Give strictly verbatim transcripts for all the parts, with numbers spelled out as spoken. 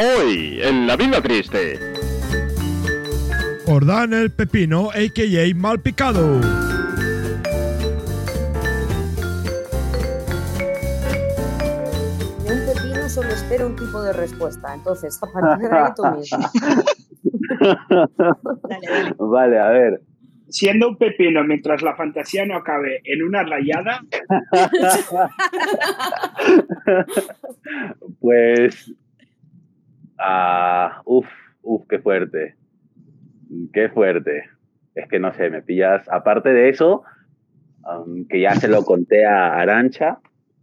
Hoy, en La Vida Triste. Jordán el Pepino, a k a. Malpicado. De un pepino solo espero un tipo de respuesta. Entonces, a partir de ahí tú mismo. Dale, dale. Vale, a ver. Siendo un pepino mientras la fantasía no acabe en una rayada. Pues. Ah, uf, uf, qué fuerte. Qué fuerte. Es que no sé, me pillas. Aparte de eso, um, que ya se lo conté a Arantxa.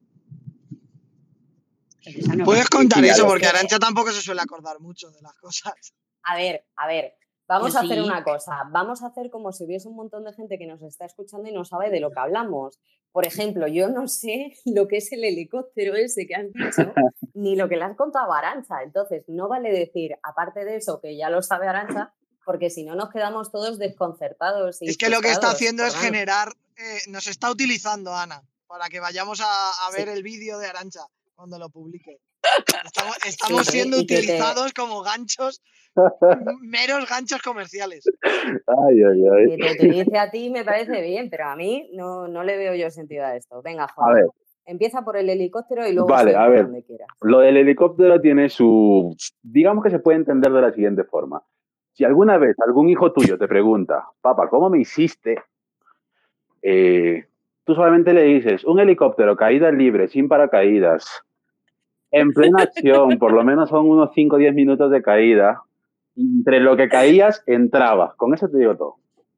Puedes contar eso, porque Arantxa tampoco se suele acordar mucho de las cosas. A ver, a ver. Vamos Yo a hacer sí. una cosa. Vamos a hacer como si hubiese un montón de gente que nos está escuchando y no sabe de lo que hablamos. Por ejemplo, yo no sé lo que es el helicóptero ese que has dicho, ni lo que le has contado a Arantxa. Entonces, no vale decir, aparte de eso, que ya lo sabe Arantxa, porque si no nos quedamos todos desconcertados. Y Es que lo que está frustrados, haciendo es Jordán. generar... Eh, nos está utilizando, Ana, para que vayamos a, a ver el vídeo de Arantxa cuando lo publique. Estamos, estamos Sí, siendo y que te- utilizados como ganchos, meros ganchos comerciales. Ay, ay, ay. Que te utilice a ti me parece bien, pero a mí no, no le veo yo sentido a esto. Venga, A Jordán. ver. Empieza por el helicóptero y luego Vale, sigue a por ver. donde quieras. Lo del helicóptero tiene su... Digamos que se puede entender de la siguiente forma. Si alguna vez algún hijo tuyo te pregunta, papá, ¿cómo me hiciste? Eh, tú solamente le dices, un helicóptero, caída libre, sin paracaídas, en plena acción, por lo menos son unos cinco o diez minutos de caída. Entre lo que caías, entrabas. Con eso te digo todo.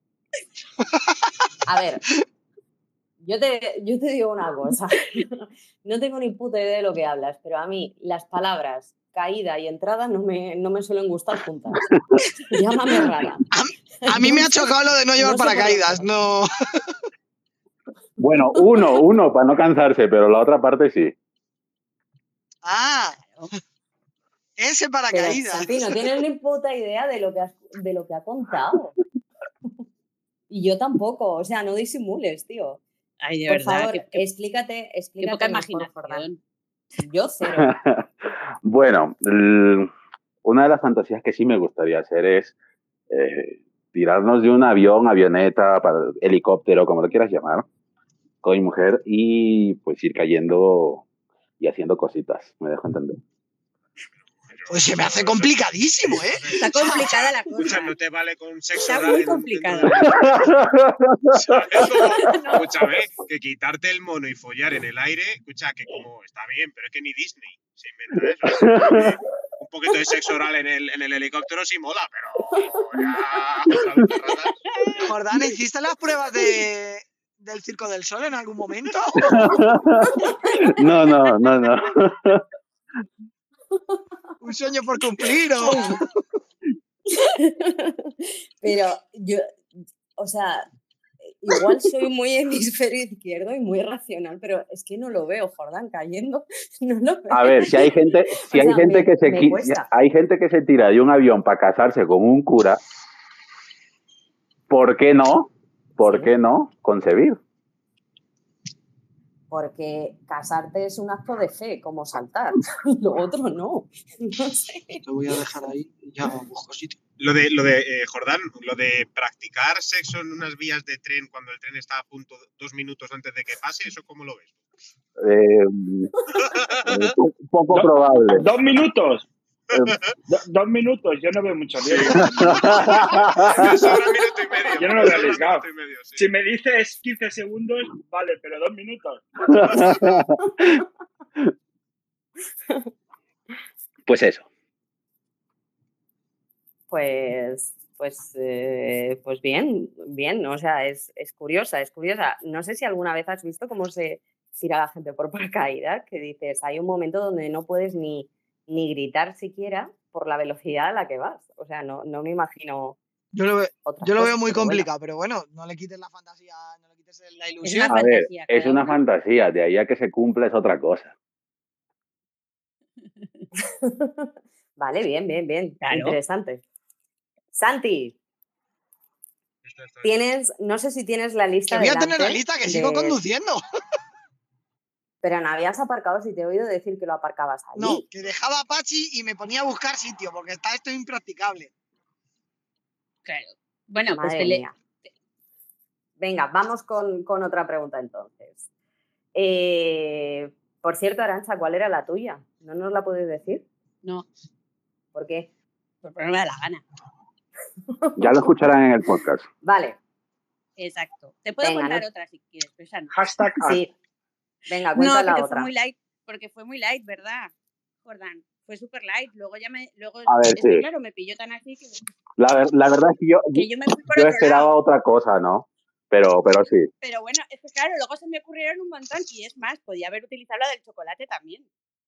A ver, yo te, yo te digo una cosa. No tengo ni puta idea de lo que hablas, pero a mí las palabras caída y entrada no me, no me suelen gustar juntas. Llámame rara. A mí me ha chocado lo de no llevar No sé por paracaídas, qué. no... Bueno, uno, uno, para no cansarse, pero la otra parte sí. Ah, ese Pero, paracaídas. Santi, no tienes ni puta idea de lo que, has- de lo que ha contado. Y yo tampoco, o sea, no disimules, tío. Ay, de Por verdad. favor, qué, qué- explícate, qué explícate poca mejor, Jordán. imaginación. Yo cero. Bueno, l- una de las fantasías que sí me gustaría hacer es eh, tirarnos de un avión, avioneta, para- helicóptero, como lo quieras llamar, con mi mujer y pues ir cayendo y haciendo cositas, me dejo entender. Pues se me hace complicadísimo, ¿eh? Está complicada la Escucha, cosa. no te vale con sexo Está oral muy en un complicada. centro de- ¿Sabes? Como, escúchame, que quitarte el mono y follar en el aire, escucha, que como está bien, pero es que ni Disney se inventa eso. Un poquito de sexo oral en el, en el helicóptero sí mola, pero y follar, ¿sabes? Ratas. Jordán, ¿hiciste las pruebas de, del Circo del Sol en algún momento? No, no, no, no. ¿Un sueño por cumplir o...? Pero yo, o sea, igual soy muy hemisferio izquierdo y muy racional, pero es que no lo veo, Jordán, cayendo. No lo veo. A ver, si hay gente, si O hay sea, gente me- que se me qui- cuesta. hay gente que se tira de un avión para casarse con un cura, ¿por qué no? ¿Por Sí. qué no concebir? Porque casarte es un acto de fe, como saltar. Lo otro no. No sé. Lo voy a dejar ahí y ya busco sitio. Lo de, lo de eh, Jordán, lo de practicar sexo en unas vías de tren cuando el tren está a punto dos minutos antes de que pase, ¿eso cómo lo ves? Eh, eh, po- poco Do- probable. Dos minutos. Eh, Do- dos minutos. Yo no veo mucho riesgo. Me sobra un minuto y medio. Yo no lo me veo sobra un arriesgado. minuto y medio, sí. Si me dices quince segundos, vale, pero dos minutos. Pues eso. Pues, pues, eh, pues bien, bien, o sea, es, es curiosa, es curiosa. No sé si alguna vez has visto cómo se tira la gente por paracaídas, que dices, hay un momento donde no puedes ni, ni gritar siquiera por la velocidad a la que vas. O sea, no, no me imagino Yo lo, ve- otra yo lo cosa, veo muy pero bueno. complicado, pero bueno, no le quites la fantasía, no le quites la Es ilusión. una A ver, fantasía. es cada una uno. fantasía, de ahí a que se cumpla es otra cosa. Vale, bien, bien, bien. Claro. Interesante. Santi, Esto está- tienes, no sé si tienes la lista Que voy a delante tener la lista, que sigo de- conduciendo. Pero no habías aparcado si te he oído decir que lo aparcabas allí. No, que dejaba a Pachi y me ponía a buscar sitio, porque está esto impracticable. Claro. Bueno, pues Madre te le... mía. Venga, vamos con, con otra pregunta entonces. Eh, por cierto, Arantxa, ¿cuál era la tuya? ¿No nos la puedes decir? No, ¿Por qué? pues no me da la gana. Ya lo escucharán en el podcast. Vale, Exacto. Te puedo Venga, contar no- otra si quieres, pero esa no. Hashtag ad. sí. Venga, No, cuenta la porque otra. fue muy light, porque fue muy light, ¿verdad? Jordán, fue súper light. Luego ya me, luego A ver, es que sí. claro, me pilló tan así que, La, ver- la verdad es que yo, que yo me fui por yo otro esperaba lado. otra cosa, ¿no? Pero, pero sí. Pero bueno, es que claro, luego se me ocurrieron un montón y es más, podía haber utilizado la del chocolate también.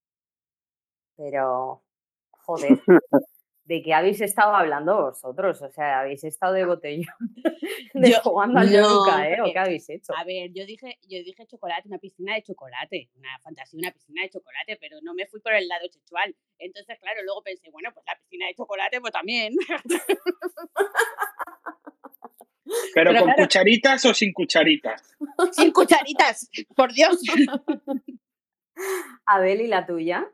Pero, joder, ¿de qué habéis estado hablando vosotros? O sea, ¿habéis estado de botellón? De Yo- jugando al no, yoruca, ¿eh? ¿O porque- qué habéis hecho? A ver, yo dije, yo dije chocolate, una piscina de chocolate, una fantasía, una piscina de chocolate, pero no me fui por el lado sexual. Entonces, claro, luego pensé, bueno, pues la piscina de chocolate, pues también. Pero, Pero con claro. cucharitas o sin cucharitas. Sin cucharitas, por Dios. Abel, ¿y la tuya?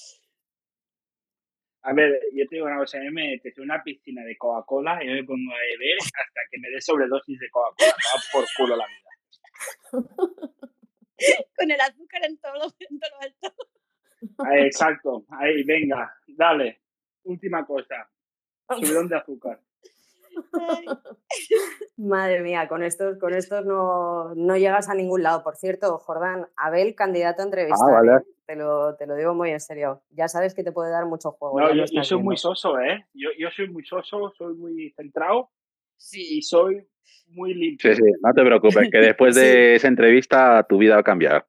A ver, yo te digo una cosa, a mí me metes en una piscina de Coca-Cola y yo me pongo a beber hasta que me dé sobredosis de Coca-Cola. Me va por culo la vida. Con el azúcar en todo, en todo lo alto. Ahí, exacto, ahí, venga, dale. Última cosa, subidón de azúcar. Ay, Madre mía, con estos, con estos no, no llegas a ningún lado. Por cierto, Jordán, Abel, candidato a entrevistar, Ah, vale. ¿eh? Te lo, te lo digo muy en serio. Ya sabes que te puede dar mucho juego. No, ya lo yo, yo estás soy muy viendo. soso, ¿eh? Yo, yo soy muy soso, soy muy centrado sí. y soy muy limpio. Sí, sí, no te preocupes, que después de esa entrevista tu vida va a cambiar.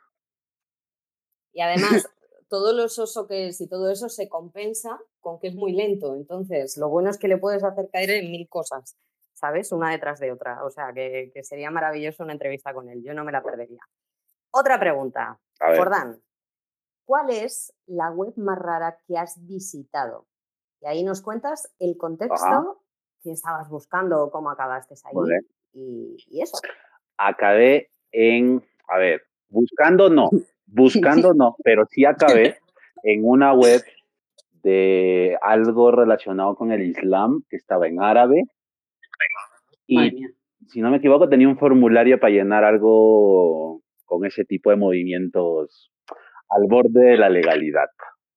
Y además, todo lo soso que es y todo eso se compensa con que es muy lento. Entonces, lo bueno es que le puedes hacer caer en mil cosas, ¿sabes? Una detrás de otra. O sea, que, que sería maravilloso una entrevista con él. Yo no me la perdería. Otra pregunta. A ver. Jordán, ¿cuál es la web más rara que has visitado? Y ahí nos cuentas el contexto, Ajá. qué estabas buscando, cómo acabaste ahí Vale. y, y eso. Acabé en, a ver, buscando no, buscando no, pero sí acabé en una web de algo relacionado con el Islam que estaba en árabe Madre y, mía. si no me equivoco, tenía un formulario para llenar algo con ese tipo de movimientos al borde de la legalidad.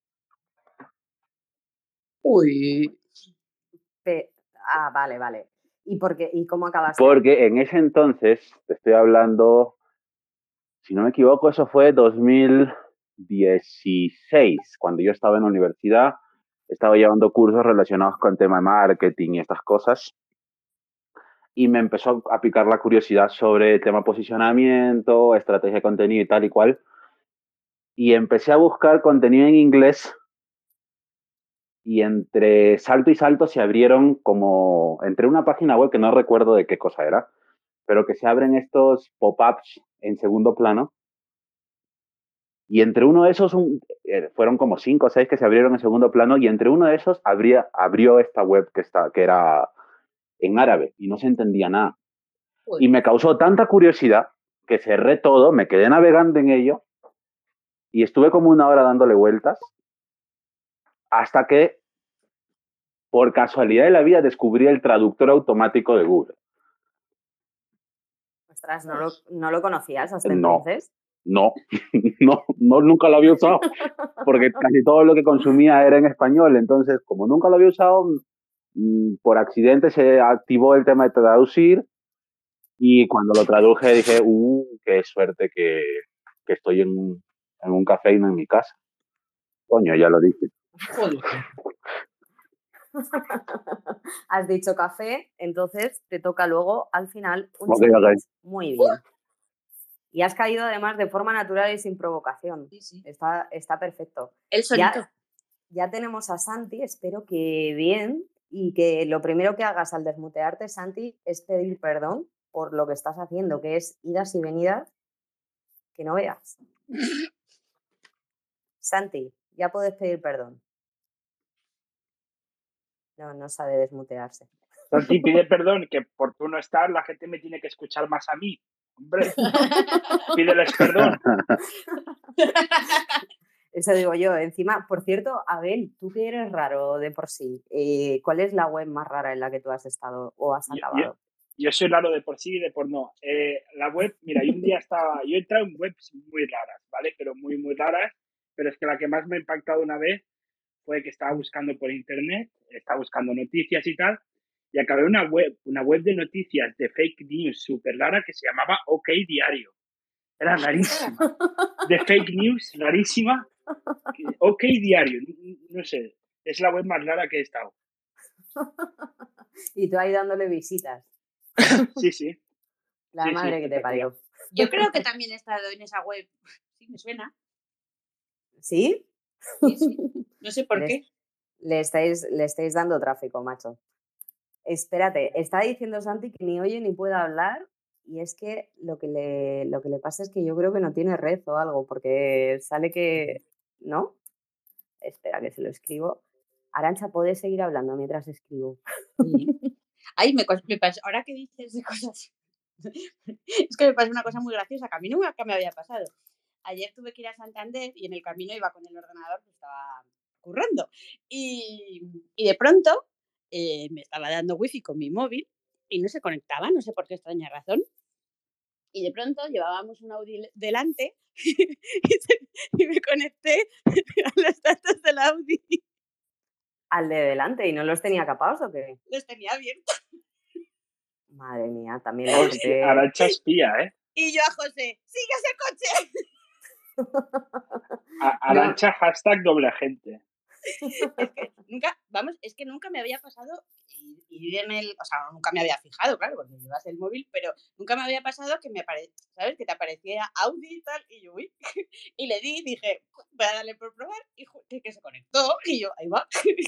Uy. Pe- ah, vale, vale. ¿Y, por qué, ¿Y cómo acabaste? Porque en ese entonces, te estoy hablando, si no me equivoco, eso fue dos mil dieciséis, cuando yo estaba en la universidad, estaba llevando cursos relacionados con tema de marketing y estas cosas, y me empezó a picar la curiosidad sobre el tema posicionamiento, estrategia de contenido y tal y cual, y empecé a buscar contenido en inglés, y entre salto y salto se abrieron como, entre una página web que no recuerdo de qué cosa era, pero que se abren estos pop-ups en segundo plano. Y entre uno de esos, un, eh, fueron como cinco o seis que se abrieron en segundo plano, y entre uno de esos abría, abrió esta web que, está, que era en árabe y no se entendía nada. Uy. Y me causó tanta curiosidad que cerré todo, me quedé navegando en ello y estuve como una hora dándole vueltas hasta que, por casualidad de la vida, descubrí el traductor automático de Google. Ostras, ¿no lo, no lo conocías hasta No. entonces? No, no, no, nunca lo había usado, porque casi todo lo que consumía era en español. Entonces, como nunca lo había usado, mm, por accidente se activó el tema de traducir, y cuando lo traduje dije, uh, qué suerte que, que estoy en un, en un café y no en mi casa. Coño, ya lo dije. Joder. Has dicho café, entonces te toca luego al final un Ok, sándwich. ok. Muy bien. Y has caído además de forma natural y sin provocación. Sí, sí. Está, está perfecto. El solito. Ya, ya tenemos a Santi, espero que bien, y que lo primero que hagas al desmutearte, Santi, es pedir perdón por lo que estás haciendo, que es idas y venidas que no veas. Santi, ya puedes pedir perdón. No, no sabe desmutearse. Santi pide perdón que por tú no estar la gente me tiene que escuchar más a mí. Hombre, pídeles perdón. Eso digo yo. Encima, por cierto, Abel, tú que eres raro de por sí, eh, ¿cuál es la web más rara en la que tú has estado o has Yo, yo, acabado? yo soy raro de por sí y de por no. Eh, la web, mira, yo un día estaba, yo he entrado en webs muy raras, ¿vale? Pero muy, muy raras. Pero es que la que más me ha impactado una vez fue que estaba buscando por internet, estaba buscando noticias y tal, y acabé en una web, una web de noticias de fake news súper rara que se llamaba OK Diario. Era rarísima. De fake news, rarísima. OK Diario, no sé, es la web más rara que he estado. Y tú ahí dándole visitas. Sí, sí. La Sí, sí, madre que te espectacular. parió. Yo creo que también he estado en esa web. Sí, me suena. ¿Sí? Sí, sí. No sé por Le, qué. le, estáis, le estáis dando tráfico, macho. Espérate, está diciendo Santi que ni oye ni puede hablar y es que lo que le, lo que le pasa es que yo creo que no tiene red o algo, porque sale que... ¿No? Espera, que se lo escribo. Arantxa, ¿puedes seguir hablando mientras escribo? Sí. Ay, me, cos- me pasó, ahora que dices de cosas, es que me pasó una cosa muy graciosa que a mí nunca me había pasado. Ayer tuve que ir a Santander y en el camino iba con el ordenador que estaba currando y, y de pronto eh, me estaba dando wifi con mi móvil y no se conectaba, no sé por qué extraña razón. Y de pronto llevábamos un Audi le- delante y, se- y me conecté a los datos del Audi. Al de delante, ¿y no los tenía capados o qué? Los tenía abiertos. Madre mía, también la Hostia, gente... Arantxa espía, ¿eh? Y yo a José, ¡sigue ese coche! A- Arantxa, hashtag doble agente. Es que nunca, vamos, es que nunca me había pasado ir, ir en el, o sea, nunca me había fijado, claro, porque llevas el móvil, pero nunca me había pasado que me aparecía, ¿sabes? Que te aparecía Audi y tal, y yo, uy, y le di, dije, voy a darle por probar, y ju- que, que se conectó, y yo, ahí va.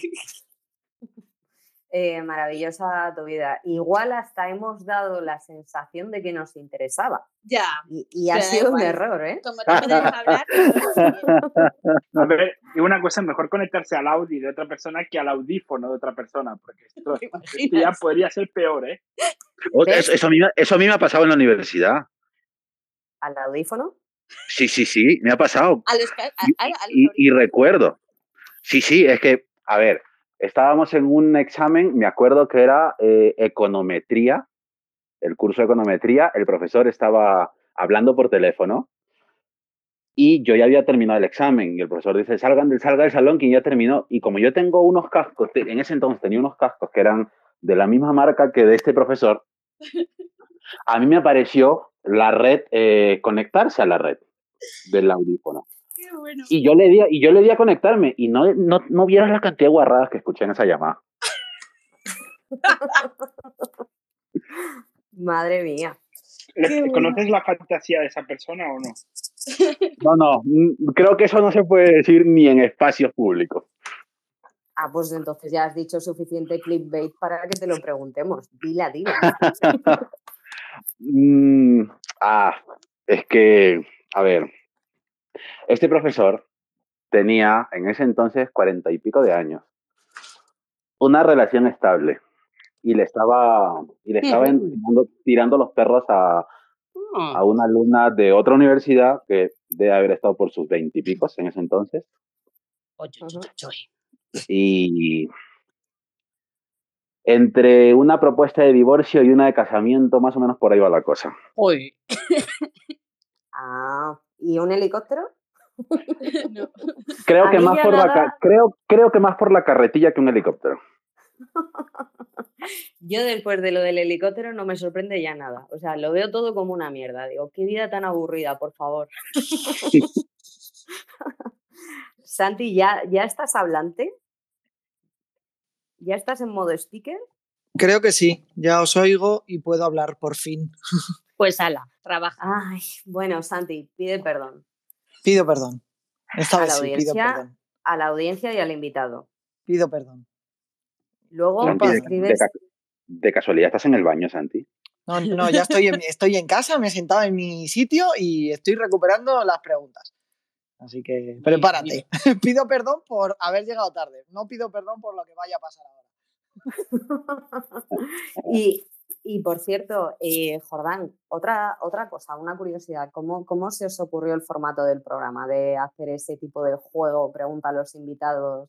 Eh, maravillosa tu vida. Igual hasta hemos dado la sensación de que nos interesaba. Ya, Y, y ha pero da sido un igual. error, ¿eh? Como tú me dejas hablar, todo bien. A ver, y una cosa, mejor conectarse al Audi de otra persona que al audífono de otra persona, porque esto, ¿Te esto ya imaginas? podría ser peor, ¿eh? O- ¿Ves? Eso, eso a mí, me- eso a mí me ha pasado en la universidad. Al audífono. Sí, sí, sí, me ha pasado. A los, ca- a, Y, a- a los y- y audífonos. recuerdo. Sí, sí, es que, a ver, estábamos en un examen, me acuerdo que era eh, econometría, el curso de econometría, el profesor estaba hablando por teléfono y yo ya había terminado el examen y el profesor dice, salgan del, salga del salón, quien ya terminó. Y como yo tengo unos cascos, te- en ese entonces tenía unos cascos que eran de la misma marca que de este profesor, a mí me apareció la red, eh, conectarse a la red del audífono. Qué bueno. Y yo le di a, y yo le di a conectarme y no, no, no vieras la cantidad de guarradas que escuché en esa llamada. Madre mía. ¿Le- Qué bueno. ¿Conoces la fantasía de esa persona o no? No, no, mm, creo que eso no se puede decir ni en espacios públicos. Ah, pues entonces ya has dicho suficiente clickbait para que te lo preguntemos. Dila, dila. Mm, ah, es que, a ver, este profesor tenía en ese entonces cuarenta y pico de años, una relación estable y le estaba, y le estaba Ujú. tirando, tirando los perros a, a Ah, una alumna de otra universidad que debe haber estado por sus veintipicos en ese entonces. oye, Ujú. oye, oye. Y entre una propuesta de divorcio y una de casamiento, más o menos por ahí va la cosa. Oye. Ah, ¿y un helicóptero? No. Creo A que mí más ya por la nada- ca- creo, creo que más por la carretilla que un helicóptero. Yo después de lo del helicóptero no me sorprende ya nada. O sea, lo veo todo como una mierda. Digo, qué vida tan aburrida, por favor. Santi, ¿ya, ¿ya estás hablante? ¿Ya estás en modo sticker? Creo que sí, ya os oigo y puedo hablar por fin. Pues ala, trabaja. Ay, bueno, Santi, pide perdón Pido perdón. Esta a vez la sí, pido audiencia, perdón. a la audiencia y al invitado. Pido perdón. Luego No Santi, de, pasa de escribes. ca- de casualidad estás en el baño, Santi. No, no, ya estoy en, estoy en casa, me he sentado en mi sitio y estoy recuperando las preguntas. Así que prepárate. Pido perdón por haber llegado tarde. No pido perdón por lo que vaya a pasar ahora. Y Y por cierto, eh, Jordán, otra, otra cosa, una curiosidad, ¿cómo, ¿cómo se os ocurrió el formato del programa de hacer ese tipo de juego, pregunta a los invitados,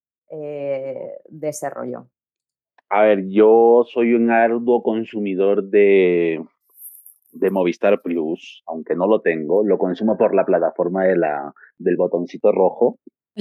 eh, de ese rollo? A ver, yo soy un arduo consumidor de, de Movistar Plus, aunque no lo tengo, lo consumo por la plataforma de la, del botoncito rojo.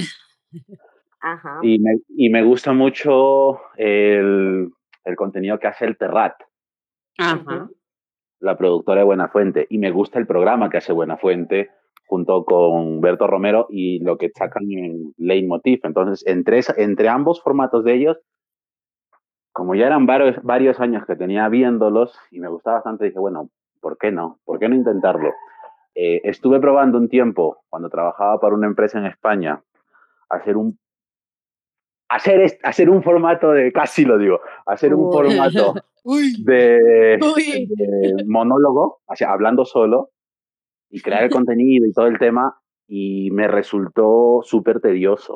Ajá. Y me, y me gusta mucho el, el contenido que hace el Terrat, Ajá. la productora de Buenafuente, y me gusta el programa que hace Buenafuente junto con Berto Romero y lo que sacan en Leitmotiv. Entonces, entre, esa, entre ambos formatos de ellos, como ya eran varios, varios años que tenía viéndolos y me gustaba bastante, dije, bueno, ¿por qué no? ¿Por qué no intentarlo? Eh, estuve probando un tiempo, cuando trabajaba para una empresa en España, hacer un hacer, hacer un formato de, casi lo digo, hacer un Uy. formato Uy, de, uy. de monólogo, o sea, hablando solo, y crear el contenido y todo el tema, y me resultó súper tedioso.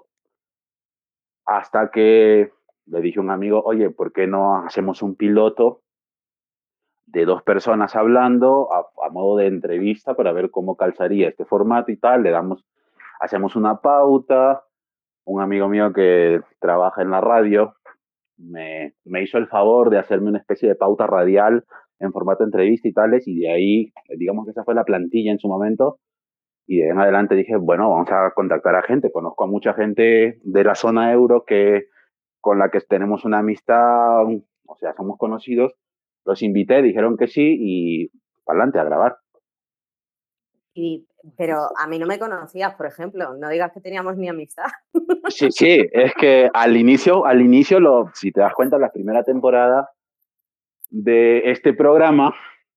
Hasta que le dije a un amigo, oye, ¿por qué no hacemos un piloto de dos personas hablando a, a modo de entrevista para ver cómo calzaría este formato y tal? Le damos, hacemos una pauta. Un amigo mío que trabaja en la radio me, me hizo el favor de hacerme una especie de pauta radial en formato de entrevista y tales, y de ahí, digamos que esa fue la plantilla en su momento, y de ahí en adelante dije, bueno, vamos a contactar a gente. Conozco a mucha gente de la zona euro que, con la que tenemos una amistad, o sea, somos conocidos. Los invité, dijeron que sí, y para adelante a grabar. Y, pero a mí no me conocías, por ejemplo, no digas que teníamos ni amistad. Sí, sí, es que al inicio, al inicio lo, si te das cuenta, la primera temporada de este programa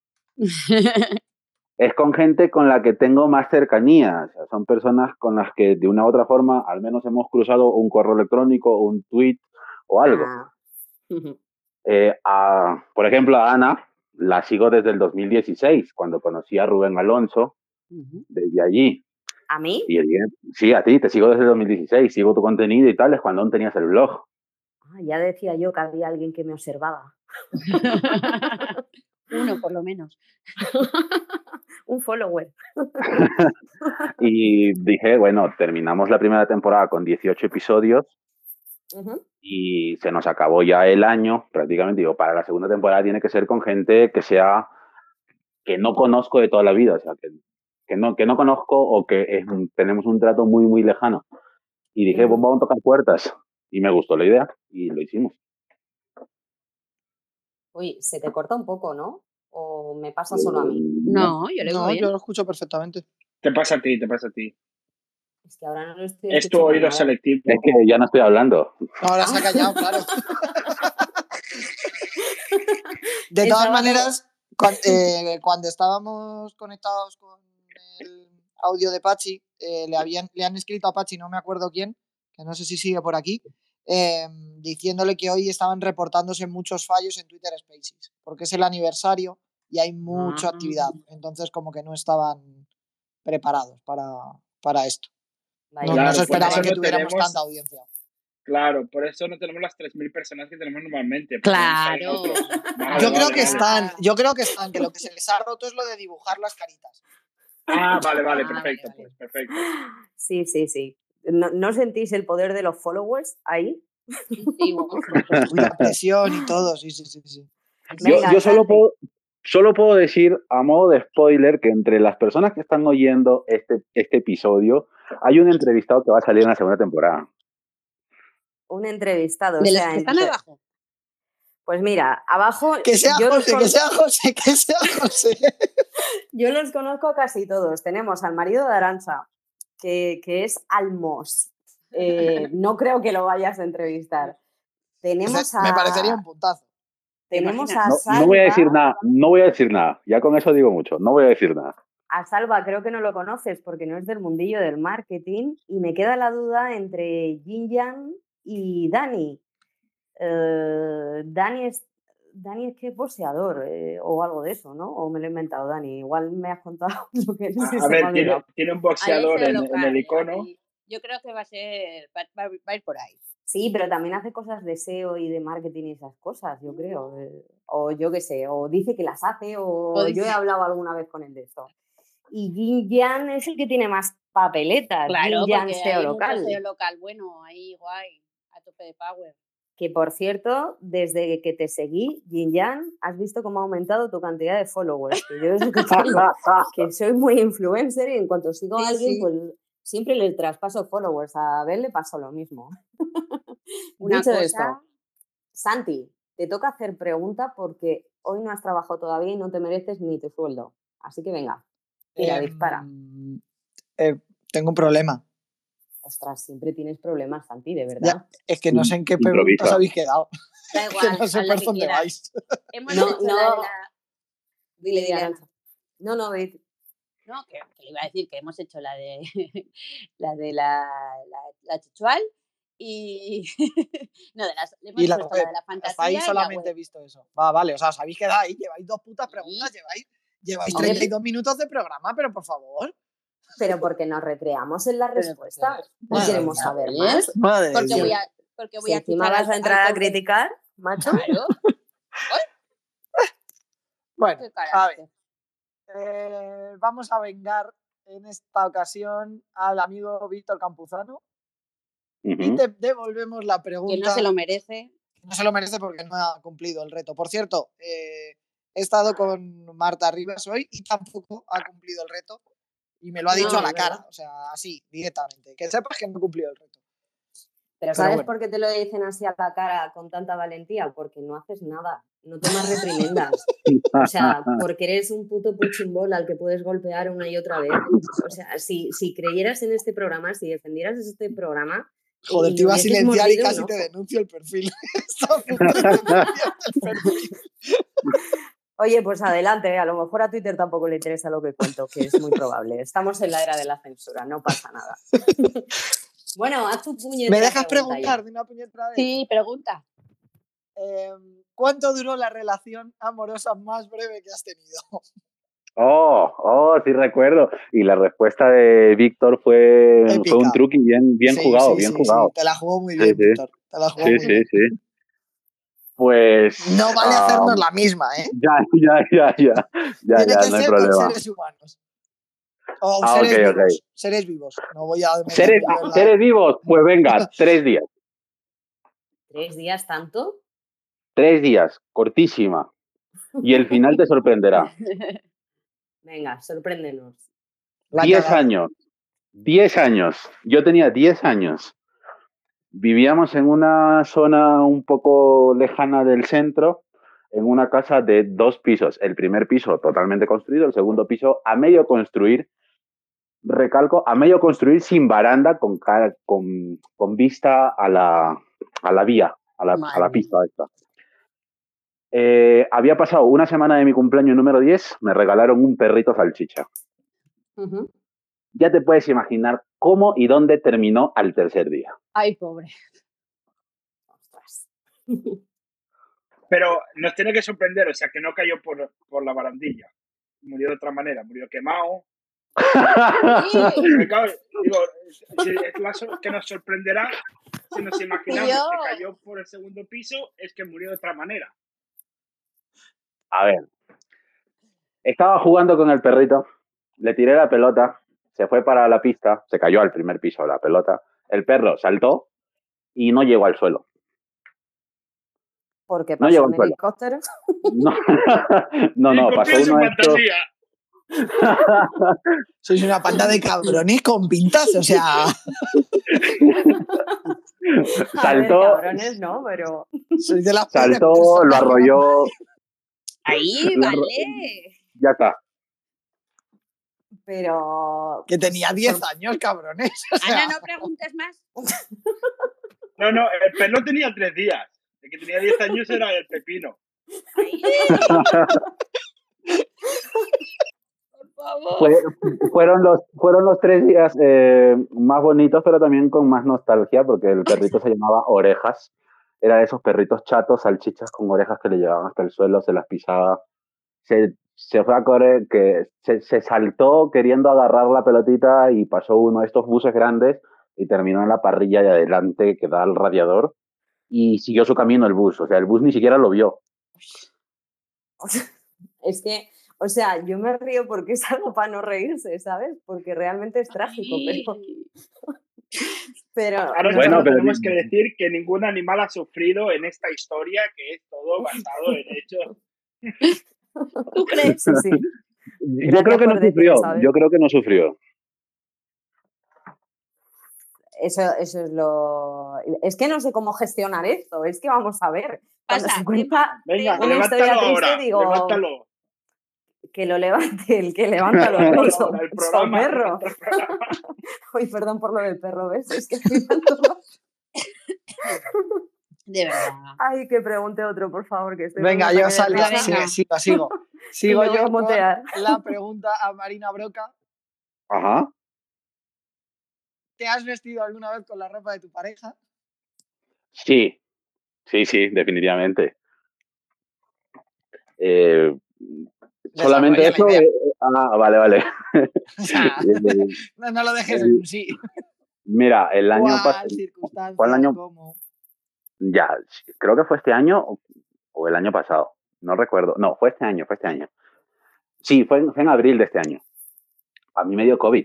es con gente con la que tengo más cercanía. O sea, son personas con las que de una u otra forma al menos hemos cruzado un correo electrónico, un tweet o algo. Ah. Eh, a, por ejemplo, a Ana la sigo desde el dos mil dieciséis, cuando conocí a Rubén Alonso, desde allí. ¿A mí? Y el día, sí, a ti, te sigo desde el dos mil dieciséis, sigo tu contenido y tal, es cuando aún tenías el blog. Ah, ya decía yo que había alguien que me observaba. Uno, por lo menos. Un follower. Y dije, bueno, terminamos la primera temporada con dieciocho episodios. Uh-huh. Y se nos acabó ya el año, prácticamente. Digo, para la segunda temporada tiene que ser con gente que sea, que no conozco de toda la vida, o sea, que, que, no, que no conozco o que es, tenemos un trato muy, muy lejano. Y dije, uh-huh, pues vamos a tocar puertas. Y me gustó la idea y lo hicimos. Uy, se te corta un poco, ¿no? ¿O me pasa solo a mí? No, yo lo, no, yo lo escucho perfectamente. Te pasa a ti, te pasa a ti. Es que ahora no lo estoy Es tu oído nada. selectivo. Es que ya no estoy hablando. Ahora se ha callado, claro. De todas Estaba maneras, cuando, eh, cuando estábamos conectados con el audio de Pachi, eh, le, habían, le han escrito a Pachi, no me acuerdo quién, que no sé si sigue por aquí, eh, diciéndole que hoy estaban reportándose muchos fallos en Twitter Spaces, porque es el aniversario y hay mucha ah. actividad. Entonces, como que no estaban preparados para, para esto. Vale, no, claro, no se esperaba no que tuviéramos tenemos... tanta audiencia. Claro, por eso no tenemos las tres mil personas que tenemos normalmente. Claro. Vale, yo vale, creo que vale. están, yo creo que están, que lo que se les ha roto es lo de dibujar las caritas. Ah, vale, vale, perfecto, ah, vale, vale. pues, perfecto. Sí, sí, sí. ¿No, ¿No sentís el poder de los followers ahí? Sí, bueno. Y la presión y todo, sí, sí, sí. sí. Venga, yo yo solo, puedo, solo puedo decir, a modo de spoiler, que entre las personas que están oyendo este, este episodio, hay un entrevistado que va a salir en la segunda temporada. Un entrevistado. ¿De o los sea, que están entre... abajo? Pues mira, abajo... Que sea yo José, los... que sea José, que sea José. Yo los conozco casi todos. Tenemos al marido de Arantxa, que, que es Almos. Eh, no creo que lo vayas a entrevistar. Tenemos a... Me parecería un puntazo. Tenemos a no, Salva. No voy a decir nada, no voy a decir nada. Ya con eso digo mucho, no voy a decir nada. A Salva creo que no lo conoces porque no es del mundillo del marketing y me queda la duda entre Jinjan y Dani. Uh, Dani es Dani es que es boxeador eh, o algo de eso, ¿no? O me lo he inventado, Dani. Igual me has contado lo que es. A, a ver, tiene, tiene un boxeador en, local, en el icono. Aquí, Yo creo que va a ser, va, va- va a ir por ahí. Sí, pero también hace cosas de S E O y de marketing y esas cosas, yo creo. eh, O yo qué sé, o dice que las hace, o, O yo he dice- hablado alguna vez con él de esto. Y Jin Jan es el que tiene más papeletas. Claro, Jin Jan porque S E O hay mucho local. S E O local bueno, ahí guay, a tope de power. Que por cierto, desde que te seguí, Jin Jan, has visto cómo ha aumentado tu cantidad de followers. Que yo es lo que te digo, que soy muy influencer y en cuanto sigo a Sí, alguien, sí. pues siempre le traspaso followers. A Abel le pasó lo mismo. Una Dicho cosa, esto, Santi, te toca hacer pregunta porque hoy no has trabajado todavía y no te mereces ni tu sueldo. Así que venga, tira, Em, dispara. eh, tengo un problema. Ostras, siempre tienes problemas, Santi, de verdad. Ya, es que no sé en qué Improvisa. preguntas habéis quedado. da Que igual, no sé haz la por que dónde quieras. vais. Hemos No, hecho no. la de la... Dile, Dile, dile, Ana. Arantxa. No, no, di- No, que, que le iba a decir que hemos hecho la de la de la, la, la Chichual y no, de las, le hemos Y la puesto web. la de la Hasta ahí fantasía y la solamente he web. visto eso. Va, vale, o sea, os habéis quedado ahí, lleváis dos putas Sí. preguntas, lleváis, lleváis Hombre, treinta y dos minutos de programa, pero por favor. pero porque nos recreamos en las Pero respuestas. No Madre queremos mía. saber ¿Eh? más. Madre de Porque Dios. voy a, porque voy Si a encima chuchar vas a al- entrar al a pobre- criticar, macho. Claro, Bueno, qué a ver, carácter. eh, vamos a vengar en esta ocasión al amigo Víctor Campuzano y Ujú. te devolvemos la pregunta. Que no se lo merece. No se lo merece porque no ha cumplido el reto. Por cierto, eh, he estado con Marta Rivas hoy y tampoco ha cumplido el reto. Y me lo ha No, dicho a la es verdad. cara, o sea, así, directamente. Que sepas que no he cumplido el reto. Pero Pero ¿sabes bueno. por qué te lo dicen así a la cara con tanta valentía? Porque no haces nada, no tomas reprimendas. O sea, porque eres un puto puchimbol al que puedes golpear una y otra vez. O sea, si, si creyeras en este programa, si defendieras este programa... y- Joder, y te iba a hubieses silenciar y mordido un casi te ojo. denuncio el perfil. Está a punto de denunciarte el perfil. Oye, pues adelante, a lo mejor a Twitter tampoco le interesa lo que cuento, que es muy probable. Estamos en la era de la censura, no pasa nada. Bueno, haz tu puñetera ¿Me dejas pregunta ya. preguntar de una puñetera vez? Sí, pregunta. Eh, ¿Cuánto duró la relación amorosa más breve que has tenido? Oh, oh, sí recuerdo. Y la respuesta de Víctor fue, Épica. fue un truqui bien, bien Sí, jugado, sí, bien sí, jugado. sí. Te la jugó muy Sí, bien, sí. Víctor. Te la jugó Sí, muy sí, bien. sí. Pues. No vale ah, hacernos la misma, ¿eh? Ya, ya, ya, ya. Ya, Tiene ya, que no hay ser con problema. seres humanos. O Ah, seres ok, ok. vivos. Seres vivos. No voy a meterme ¿Seres, yo en la- ¿Seres vivos? Pues venga, tres días. ¿Tres días tanto? Tres días, cortísima. Y el final te sorprenderá. Venga, sorpréndenos. la Diez cagada. años. Diez años. Yo tenía diez años. Vivíamos en una zona un poco lejana del centro, en una casa de dos pisos. El primer piso totalmente construido, el segundo piso a medio construir. Recalco, a medio construir sin baranda, con, ca- con, con vista a la, a la vía, a la, a Madre la mía. pista esta. Eh, había pasado una semana de mi cumpleaños número diez, me regalaron un perrito salchicha. Ujú. Ya te puedes imaginar cómo y dónde terminó al tercer día. Ay, pobre. Ostras. Pero nos tiene que sorprender, o sea, que no cayó por, por la barandilla. Murió de otra manera, murió quemado. Me cago- digo, si es la so- que nos sorprenderá si nos imaginamos Tío. que cayó por el segundo piso, es que murió de otra manera. A ver, estaba jugando con el perrito, le tiré la pelota, se fue para la pista, se cayó al primer piso la pelota, el perro saltó y no llegó al suelo. Porque No pasó llegó un al suelo. helicóptero. No, no, Y no, cumplió pasó su uno de estos... fantasía. Sois una panda de cabrones con pintas, o sea, A ver, Saltó, cabrones, no, pero... sois de las peores saltó, personas lo que me arrolló, Ahí, Lo arro- vale. ya está. Pero... Que tenía diez Sor- años, cabrones. O sea, Ana, no preguntes más. No, no, el perro tenía tres días. El que tenía diez años era el pepino. Ahí. Por favor. Fue- fueron, los, fueron los tres días eh, más bonitos, pero también con más nostalgia, porque el perrito se llamaba Orejas. Era de esos perritos chatos, salchichas con orejas que le llevaban hasta el suelo, se las pisaba. Se, se fue a correr, que se, se saltó queriendo agarrar la pelotita y pasó uno de estos buses grandes y terminó en la parrilla de adelante que da al radiador y siguió su camino el bus. O sea, el bus ni siquiera lo vio. Es que, o sea, yo me río porque es algo para no reírse, ¿sabes? Porque realmente es trágico, pero... pero Ahora Bueno, nosotros pero tenemos di- que decir que ningún animal ha sufrido en esta historia, que es todo basado en hechos. ¿Tú crees? sí, sí. Yo Gracias creo que no por decir sufrió. eso, a ver. Yo creo que no sufrió. Eso, eso es lo... Es que no sé cómo gestionar esto, es que vamos a ver. Cuando Pasa, se cuenta Venga, una levántalo historia triste, ahora, digo, levántalo. que lo levante el que levanta los Levántalo oso, ahora, el oso programa. perro. levanta el programa. Uy, perdón por lo del perro, ¿ves? Es que estoy dando- De verdad. Ay, que pregunte otro, por favor, que estoy Venga, con un yo ataque de salgo. risa. Venga. Sigo, sigo. Y Sigo me voy a yo con motear. la pregunta a Marina Broca. Ajá. ¿Te has vestido alguna vez con la ropa de tu pareja? Sí, sí, sí, definitivamente. Eh, solamente Desarrolla la eso. idea. eh, ah, vale, vale. O sea, Eh, no, no lo dejes en el- un sí. mira, el año ¿Cuál pasado. circunstancia? ¿Cuál año? ¿Cómo? Ya, creo que fue este año o, o el año pasado. No recuerdo. No, fue este año, fue este año. Sí, fue en, fue en abril de este año. A mí me dio COVID.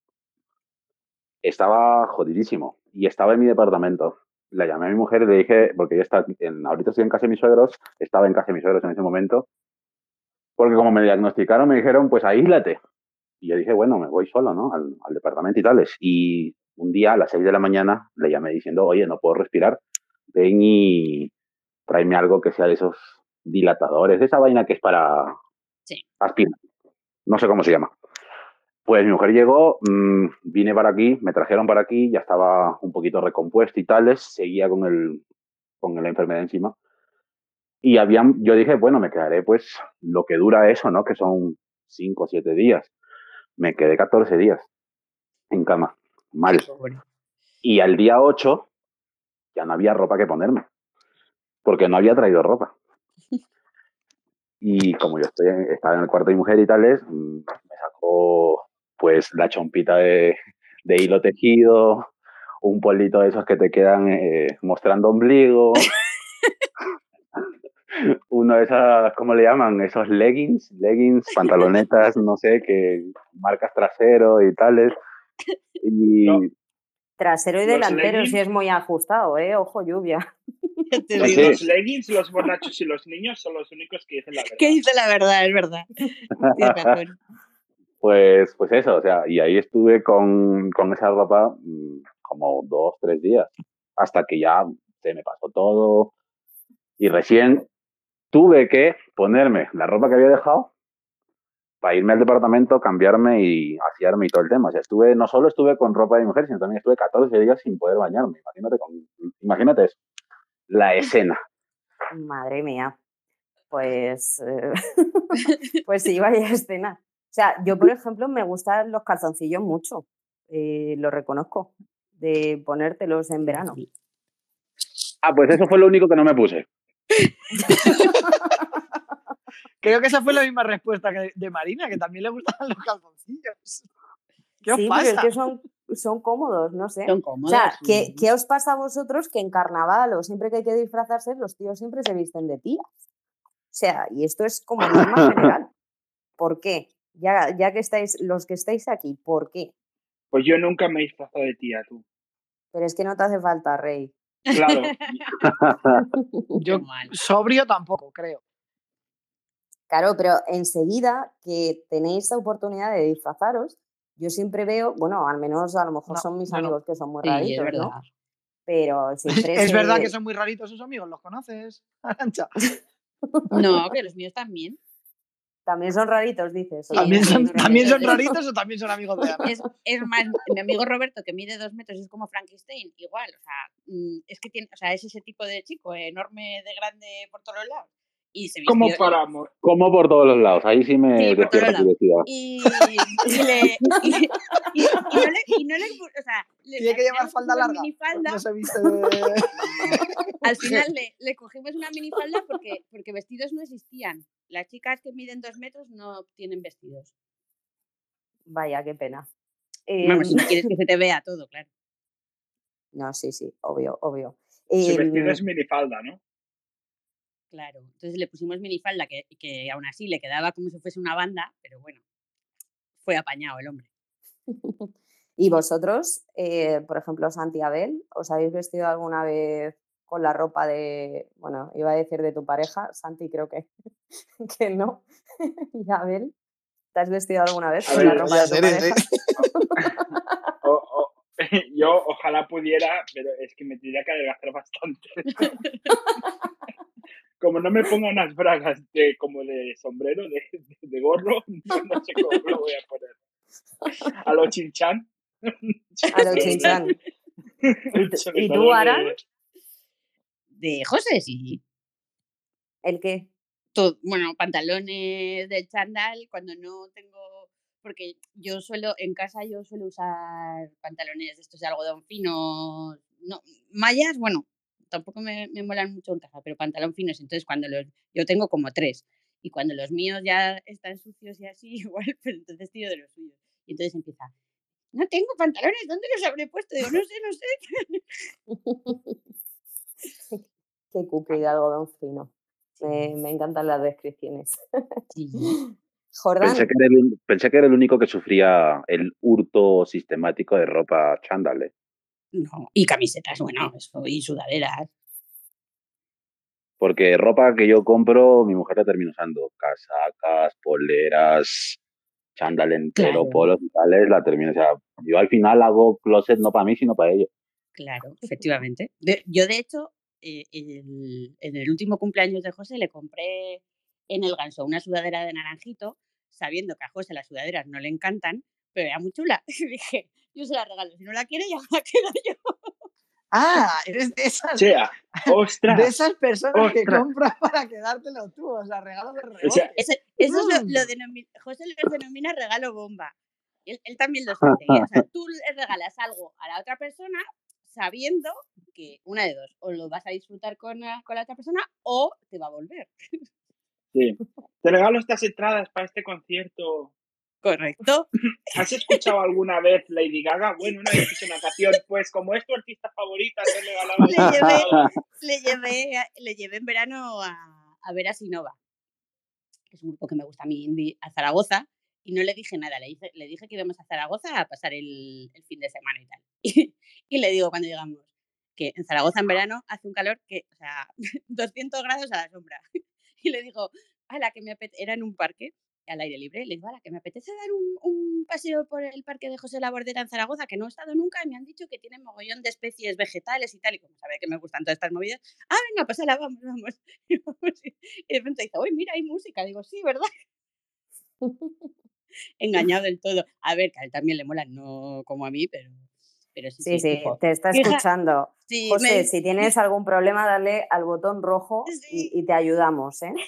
Estaba jodidísimo y estaba en mi departamento. La llamé a mi mujer y le dije, porque yo estaba en, ahorita estoy en casa de mis suegros, estaba en casa de mis suegros en ese momento, porque como me diagnosticaron, me dijeron, pues aíslate. Y yo dije, bueno, me voy solo, ¿no? Al, al departamento y tales. Y un día a las seis de la mañana le llamé diciendo, oye, no puedo respirar, ven y tráeme algo que sea de esos dilatadores, de esa vaina que es para Sí. aspirar. No sé cómo se llama. Pues mi mujer llegó, mmm, vine para aquí, me trajeron para aquí, ya estaba un poquito recompuesto y tales, seguía con, el, con la enfermedad encima. Y habían, yo dije, bueno, me quedaré pues lo que dura eso, ¿no? Que son cinco o siete días. Me quedé catorce días en cama, mal. Pobre. Y al día ocho ya no había ropa que ponerme, porque no había traído ropa. Y como yo estoy en- estaba en el cuarto de mi mujer y tales, mmm, me sacó pues la chompita de, de hilo tejido, un polito de esos que te quedan eh, mostrando ombligo, uno de esas, ¿cómo le llaman? Esos leggings, leggings, pantalonetas, no sé, que marcas trasero y tales. Y No, Trasero y Los delantero, leggings. si es muy ajustado, ¿eh? Ojo, lluvia. Te Sí, digo. sí. Los leggings, los borrachos y los niños son los únicos que dicen la verdad. ¿Qué dice la verdad? Es verdad. Tienes razón. Pues, pues eso, o sea, y ahí estuve con, con esa ropa mmm, como dos, tres días, hasta que ya se me pasó todo y recién tuve que ponerme la ropa que había dejado para irme al departamento, cambiarme y asearme y todo el tema. O sea, estuve, no solo estuve con ropa de mujer, sino también estuve catorce días sin poder bañarme. Imagínate, con, imagínate eso, la escena. Madre mía. Pues, eh, pues sí, vaya escena. O sea, yo, por ejemplo, me gustan los calzoncillos mucho. Eh, lo reconozco. De ponértelos en verano. Ah, pues eso fue lo único que no me puse. Creo que esa fue la misma respuesta que de Marina, que también le gustaban los calzoncillos. ¿Qué os Sí, pasa? pero es que son, son cómodos, no sé. Son O cómodos. sea, ¿qué, sí. ¿qué os pasa a vosotros que en carnaval o siempre que hay que disfrazarse, los tíos siempre se visten de tías? O sea, y esto es como norma general. ¿Por qué? Ya, ya que estáis, los que estáis aquí, ¿por qué? Pues yo nunca me he disfrazado de tía, tú. Pero es que no te hace falta, Rey. Claro. Yo Qué mal. sobrio tampoco, creo. Claro, pero enseguida que tenéis la oportunidad de disfrazaros, yo siempre veo, bueno, al menos a lo mejor No, son mis yo no. amigos que son muy Sí, es raritos, verdad. ¿no? Pero siempre Es se... verdad que son muy raritos sus amigos, ¿los conoces, Arantxa? No, que los míos también. También son raritos, dices. Sí, ¿También son, sí, ¿también son sí. raritos o también son amigos de Ana? Es, es más, mi amigo Roberto, que mide dos metros y es como Frankenstein, igual, o sea, mm, es que tiene, o sea, es ese tipo de chico, enorme, de grande por todos los lados. Y se ¿Cómo vistió. paramos? Como por todos los lados, ahí sí me Sí, por todos despierta lados. curiosidad. Y, y le. Y, y- y no le. Y no le o sea, le, ¿Tiene al que final llevar le falda cogimos larga? minifalda. No se viste de... Al final le, le cogimos una minifalda porque, porque vestidos no existían. Las chicas que miden dos metros no tienen vestidos. Vaya, qué pena. Vamos, Em, si quieres que se te vea todo, claro. No, sí, sí, obvio, obvio. Su Eh, vestido es minifalda, ¿no? Claro. Entonces le pusimos minifalda, que, que aún así le quedaba como si fuese una banda, pero bueno, fue apañado el hombre. ¿Y vosotros, eh, por ejemplo, Santi y Abel, os habéis vestido alguna vez con la ropa de, bueno, iba a decir de tu pareja, Santi creo que, que no, y Abel, ¿te has vestido alguna vez A con la ver, ropa de tu series, pareja? O- o- yo ojalá pudiera, pero es que me tendría que adelgazar bastante. Como no me ponga unas bragas de, como de sombrero, de, de- de gorro, no, no sé cómo me lo voy a poner. A lo chinchan. A lo Chinchan. ¿Y tú, Se me y sale tú, de- Aran? De José, sí. ¿El qué? Todo, bueno, pantalones del chándal cuando no tengo, porque yo suelo, en casa yo suelo usar pantalones de estos de algodón fino, no, mallas, bueno, tampoco me, me molan mucho en casa, pero pantalón finos, entonces cuando los, yo tengo como tres, y cuando los míos ya están sucios y así, igual, pues entonces tiro de los suyos. Y entonces empieza, no tengo pantalones, ¿dónde los habré puesto? Digo, no sé, no sé. Qué cookie de algodón fino. Me, me encantan las descripciones. Sí. Jordán, Pensé que, era el, un- pensé que era el único que sufría el hurto sistemático de ropa chándal. ¿eh? No, y camisetas, bueno, eso, y sudaderas. Porque ropa que yo compro, mi mujer la termina usando. Casacas, poleras, chándal entero, Claro. polos y tales, la termino. O sea, yo al final hago closet no para mí, sino para ellos. Claro, efectivamente. De- yo, de hecho, eh, el- en el último cumpleaños de José le compré en el Ganso una sudadera de naranjito, sabiendo que a José las sudaderas no le encantan, pero era muy chula. Y dije, yo se la regalo, si no la quiere, ya me la quedo yo. Ah, eres de esas, sea, ostras. de esas personas que ostras. compras para quedártelo tú, o sea, regalo de O sea, rebote. Eso, eso es lo, Mm. lo denomina, José los denomina regalo bomba. Él, él también los hace. ¿eh? O sea, tú le regalas algo a la otra persona sabiendo que una de dos, o lo vas a disfrutar con la, con la otra persona o te va a volver. sí. Te regalo estas entradas para este concierto. Correcto. ¿Has escuchado alguna vez Lady Gaga? Bueno, una vez hizo una canción, pues como es tu artista favorita, te regalaba Le estas llevé, entradas. le llevé, a- le llevé en verano a, a ver a Sinova, que es un grupo que me gusta a mí, indie, a Zaragoza, y no le dije nada. Le dije, le dije que íbamos a Zaragoza a pasar el, el fin de semana y tal. Y, y le digo cuando llegamos que en Zaragoza en verano hace un calor que, o sea, doscientos grados a la sombra. Y le digo, a la que me apetece, era en un parque al aire libre, le digo, a la que me apetece dar un, un paseo por el parque de José la Bordera en Zaragoza, que no he estado nunca y me han dicho que tiene mogollón de especies vegetales y tal, y como sabe que me gustan todas estas movidas, ah, venga, pues ala, vamos, vamos. Y vamos, y de repente dice, uy, mira, hay música. Digo, sí, ¿verdad? Engañado del todo. A ver, que a él también le mola, no como a mí, pero, pero sí, sí, sí, sí, dijo, te está hija, escuchando. sí, José, me, si tienes algún problema, dale al botón rojo y, sí. y te ayudamos, ¿eh?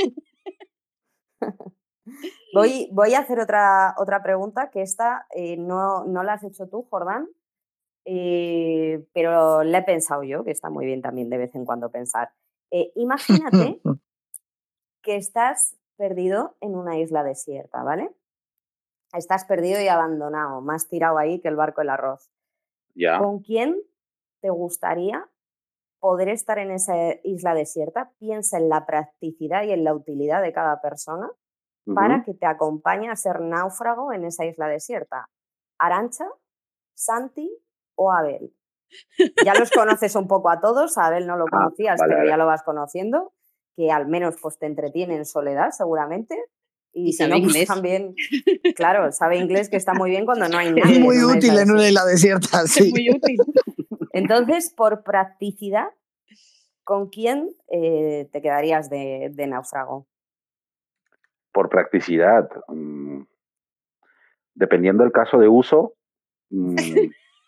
Voy, voy a hacer otra, otra pregunta, que esta eh, no, no la has hecho tú, Jordán, eh, pero la he pensado yo, que está muy bien también de vez en cuando pensar. Eh, imagínate que estás perdido en una isla desierta, ¿vale? Estás perdido y abandonado, más tirado ahí que el barco del arroz. Ya. ¿Con quién te gustaría poder estar en esa isla desierta? Piensa en la practicidad y en la utilidad de cada persona para Ujú. que te acompañe a ser náufrago en esa isla desierta. Arantxa, Santi o Abel. Ya los conoces un poco a todos, a Abel no lo Ah, conocías, vale, pero vale. ya lo vas conociendo, que al menos pues te entretiene en soledad seguramente. Y, Y si sabe no, pues inglés. también, claro, sabe inglés, que está muy bien cuando no hay Es nadie muy en una útil isla en una desierta. isla desierta, Es sí. muy útil. Entonces, por practicidad, ¿con quién eh, te quedarías de, de náufrago? Por practicidad. mm, dependiendo del caso de uso, mm,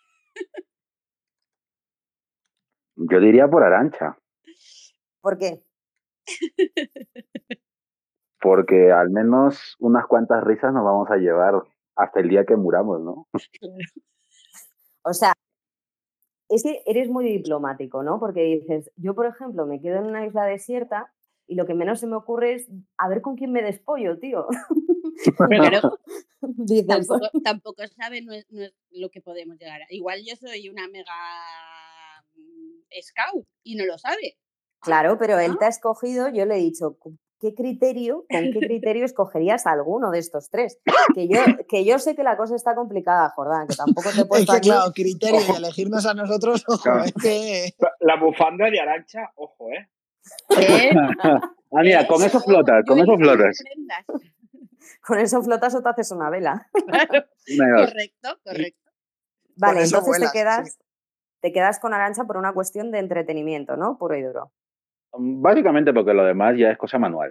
yo diría por Arantxa. ¿Por qué? Porque al menos unas cuantas risas nos vamos a llevar hasta el día que muramos, ¿no? Claro. O sea, es que eres muy diplomático, ¿no? Porque dices, yo, por ejemplo, me quedo en una isla desierta y lo que menos se me ocurre es a ver con quién me despollo, tío. Claro, Dices, tampoco, tampoco sabe no es- no es lo que podemos llegar a. Igual yo soy una mega mm, scout y no lo sabe. claro, pero él ¿no? te ha escogido, yo le he dicho, ¿con qué criterio, con qué criterio escogerías a alguno de estos tres? Que yo, que yo sé que la cosa está complicada, Jordán, que tampoco te he Es puesto que, aquí. claro, criterio y elegirnos a nosotros, ojo, Claro. es que. La bufanda de Arancha, ojo, ¿eh? ¿Eh? Ah, mira, ¿Eh? con eso Yo- flotas, yo con eso elijo mis flotas. prendas. Con eso flotas o te haces una vela. Claro, Una de dos. correcto, correcto. Vale, eso entonces vuelas, te quedas, te quedas con Arantxa por una cuestión de entretenimiento, ¿no? Puro y duro. Básicamente porque lo demás ya es cosa manual.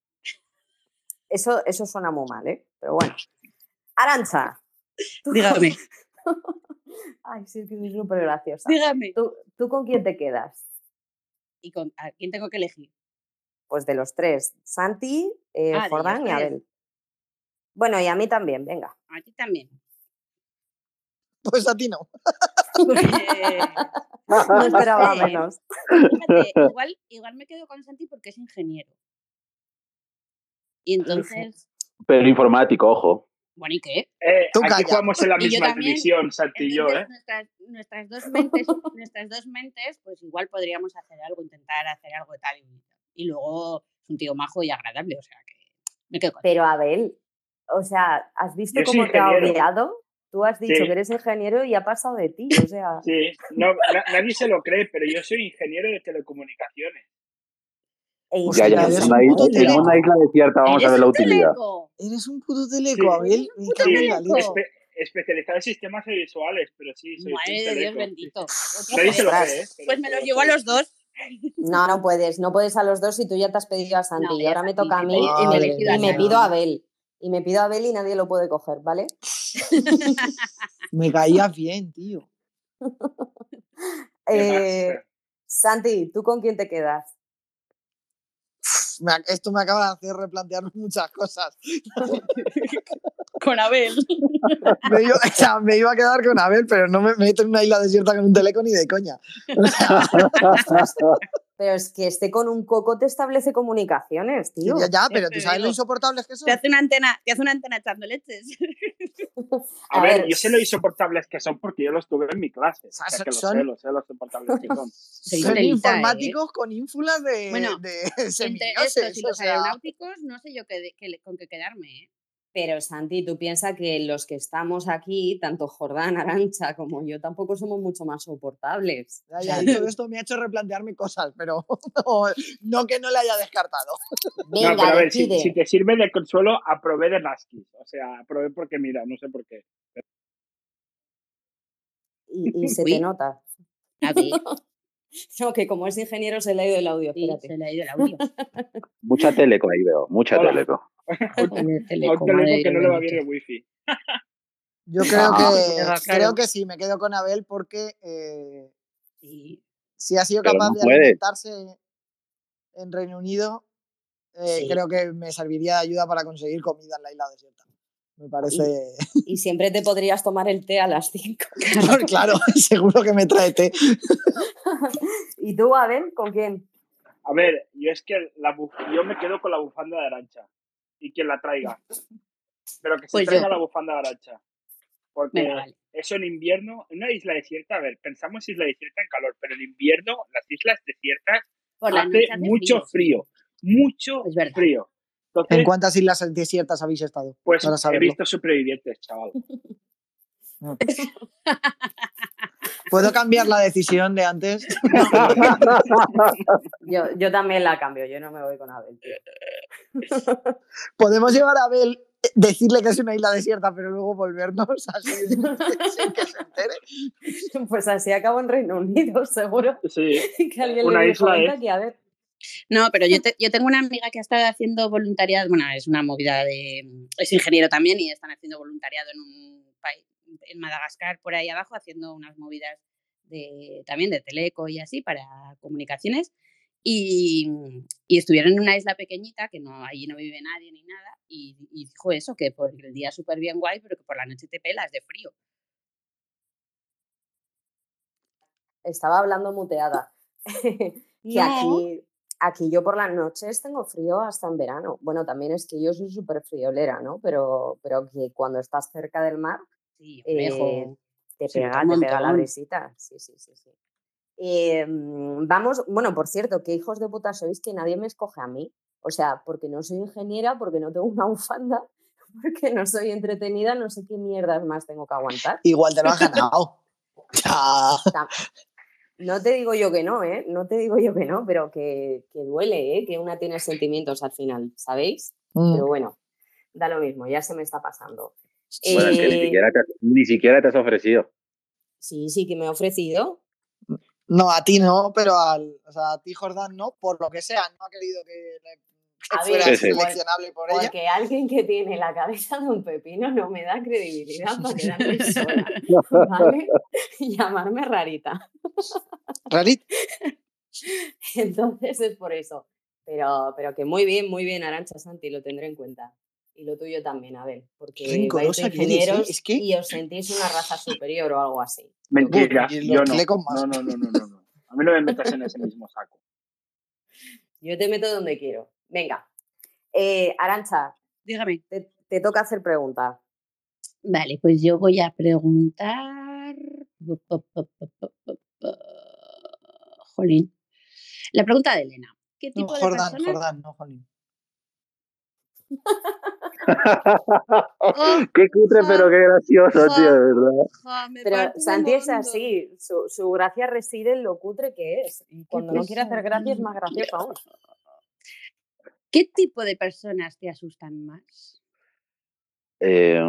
Eso, eso suena muy mal, ¿eh? Pero bueno. Arantxa. tú- Dígame, Ay, sí, que es súper graciosa. dígame. ¿Tú, ¿Tú con quién te quedas? ¿Y con, a quién tengo que elegir? Pues de los tres. Santi, eh, Ah, de Jordán y ellos tres. Abel. Bueno, y a mí también, venga. A ti también. Pues a ti no. Porque, No esperaba sé, ¿eh? menos. Fíjate, igual, igual me quedo con Santi porque es ingeniero. Y entonces, Pero informático, ojo. bueno, ¿y qué? Eh, Tú aquí calla. jugamos en la Y yo misma también. división, Santi y yo, Entonces, ¿eh? nuestras, nuestras dos mentes, nuestras dos mentes, pues igual podríamos hacer algo, intentar hacer algo tal. Y, y luego es un tío majo y agradable, o sea que me quedo con él. Pero Abel, o sea, ¿has visto Yo soy cómo te ha ingeniero. odiado? Tú has dicho Sí. que eres ingeniero y ha pasado de ti, o sea. Sí, no, na- nadie se lo cree, pero yo soy ingeniero de telecomunicaciones. e O Ya, sea, ya, ingeniero eres en un una, puto isla, en teleco. una isla desierta vamos a ¡Eres ver la un utilidad. teleco! Eres un puto teleco, Sí. Abel. Me puto cago en la teleco. leche. Espe- especializado en sistemas audiovisuales, pero sí, soy Madre un de Dios teleco. bendito. Otro Nadie se lo Ostras. cree, ¿eh? Pero- Pues me los pero llevo a soy. los dos. No, no puedes, no puedes a los dos y tú ya te has pedido a Santi. No, y ya ahora está, me sí, toca a sí, mí sí, y me he me, elegido a y me Santi. pido a Abel. Y me pido a Abel y nadie lo puede coger, ¿vale? Me caías bien, tío. ¿Qué Eh, pasa? Santi, ¿tú con quién te quedas? Me ac- esto me acaba de hacer replantearme muchas cosas. Con Abel. Me iba, o sea, me iba a quedar con Abel, pero no me meto en una isla desierta con un teleco ni de coña. O sea, Ostras, pero es que este con un coco te establece comunicaciones, tío. ya, ya, pero te tú sabes lo digo. insoportables que son. Te hace una antena, te hace una antena echando leches. A, A ver, ver, yo sé lo insoportables que son porque yo los tuve en mi clase. O sea, sea, que lo son- sé, lo sé, lo insoportables que son. Sois Son telita, informáticos con ínfulas de, Bueno, de Entre semidioses. estos y o los sea, aeronáuticos, no sé yo qué, qué- con qué quedarme, ¿eh? pero Santi, tú piensas que los que estamos aquí, tanto Jordán, Arantxa como yo, tampoco somos mucho más soportables. ya, ya, y todo esto me ha hecho replantearme cosas, pero no, no que no le haya descartado. Venga, no, pero a ver, si, decide. si te sirve de consuelo, aprobé de Lasky. O sea, aprobé porque, mira, no sé por qué. Y, y se Uy. te nota. A ver, No, que como es ingeniero se le ha ido el audio, sí, espérate. se le ha ido el audio. Mucha teleco ahí veo, mucha Hola. teleco. A un El a teleco, un madre teleco de que no Dios le va bendito. bien el wifi. Yo creo Ah. que Claro, claro. creo que sí, me quedo con Abel porque eh, Sí, si ha sido Pero capaz no de puede. alimentarse en Reino Unido, eh, Sí. creo que me serviría de ayuda para conseguir comida en la isla desierta. Me parece. Y siempre te podrías tomar el té a las cinco. Claro, seguro que me trae té. ¿Y tú, Abel, con quién? A ver, yo es que la buf- yo me quedo con la bufanda de Arancha. Y quien la traiga. Pero que se Pues traiga yo. la bufanda de Arancha. Porque Venga, vale. eso en invierno, en una isla desierta, a ver, pensamos isla desierta en calor, pero en invierno las islas desiertas Por la hace noche hace mucho frío. frío. Mucho Es verdad. frío. ¿En Entonces, cuántas islas desiertas habéis estado? pues Para he saberlo. visto supervivientes, chaval. ¿Puedo cambiar la decisión de antes? Yo, yo también la cambio, yo no me voy con Abel, tío. ¿Podemos llevar a Abel, eh, decirle que es una isla desierta, pero luego volvernos así sin que se entere? Pues así acabo en Reino Unido, seguro. Sí. Que alguien Una le dijo, isla vente es- aquí a ver. No, pero yo, te- yo tengo una amiga que ha estado haciendo voluntariado, bueno, es una movida de... Es ingeniero también y están haciendo voluntariado en un país, en Madagascar, por ahí abajo, haciendo unas movidas de, también de teleco y así para comunicaciones. Y, y estuvieron en una isla pequeñita, que no allí no vive nadie ni nada, y, y dijo eso, que por el día súper bien guay, pero que por la noche te pelas de frío. Estaba hablando muteada. Que No. aquí, Aquí yo por las noches tengo frío hasta en verano. Bueno, también es que yo soy súper friolera, ¿no? Pero, pero que cuando estás cerca del mar, Sí, eh, lejos. te Se nota pega, un te pega la montón. brisita. Sí, sí, sí, sí. Eh, mm, vamos, bueno, por cierto, qué hijos de puta sois que nadie me escoge a mí. O sea, porque no soy ingeniera, porque no tengo una bufanda, porque no soy entretenida, no sé qué mierdas más tengo que aguantar. Igual te lo has ganado. Ya. Ta- No te digo yo que no, ¿eh? No te digo yo que no, pero que, que duele, ¿eh? Que una tiene sentimientos al final, ¿sabéis? Mm. Pero bueno, da lo mismo, ya se me está pasando. Bueno, es que ni Eh, siquiera te, ni siquiera te has ofrecido. sí, sí que me he ofrecido. No, a ti no, pero al, o sea, a ti, Jordán, no, por lo que sea, no ha querido que, le- que A fueras ver, Sí, sí. por- seleccionable por ella. porque alguien que tiene la cabeza de un pepino no me da credibilidad para quedarme sola, ¿vale? Y llamarme rarita. Rarit, Entonces es por eso. Pero, pero que muy bien, muy bien, Arantxa, Santi, lo tendré en cuenta. Y lo tuyo también, Abel, porque vais de rencorosa que eres, ¿eh? ingenieros Es que- y os sentís una raza superior o algo así. Mentira, y los yo no. clecos más. No, no, no, no, no, no. A mí no me metas en ese mismo saco. Yo te meto donde quiero. Venga. Eh, Arantxa, Dígame. te, te toca hacer preguntas. Vale, pues yo voy a preguntar. Jolín. La pregunta de Elena. ¿Qué No, tipo de Jordán, personas? Jordán, no, Jolín. Oh, Qué cutre, ja, pero qué gracioso, ja, tío, de verdad. ja, me Pero parto de Santi es mondo. así, su, su gracia reside en lo cutre que es. Y cuando no quiere hacer gracia es más gracioso aún. ¿Qué tipo de personas te asustan más? Eh,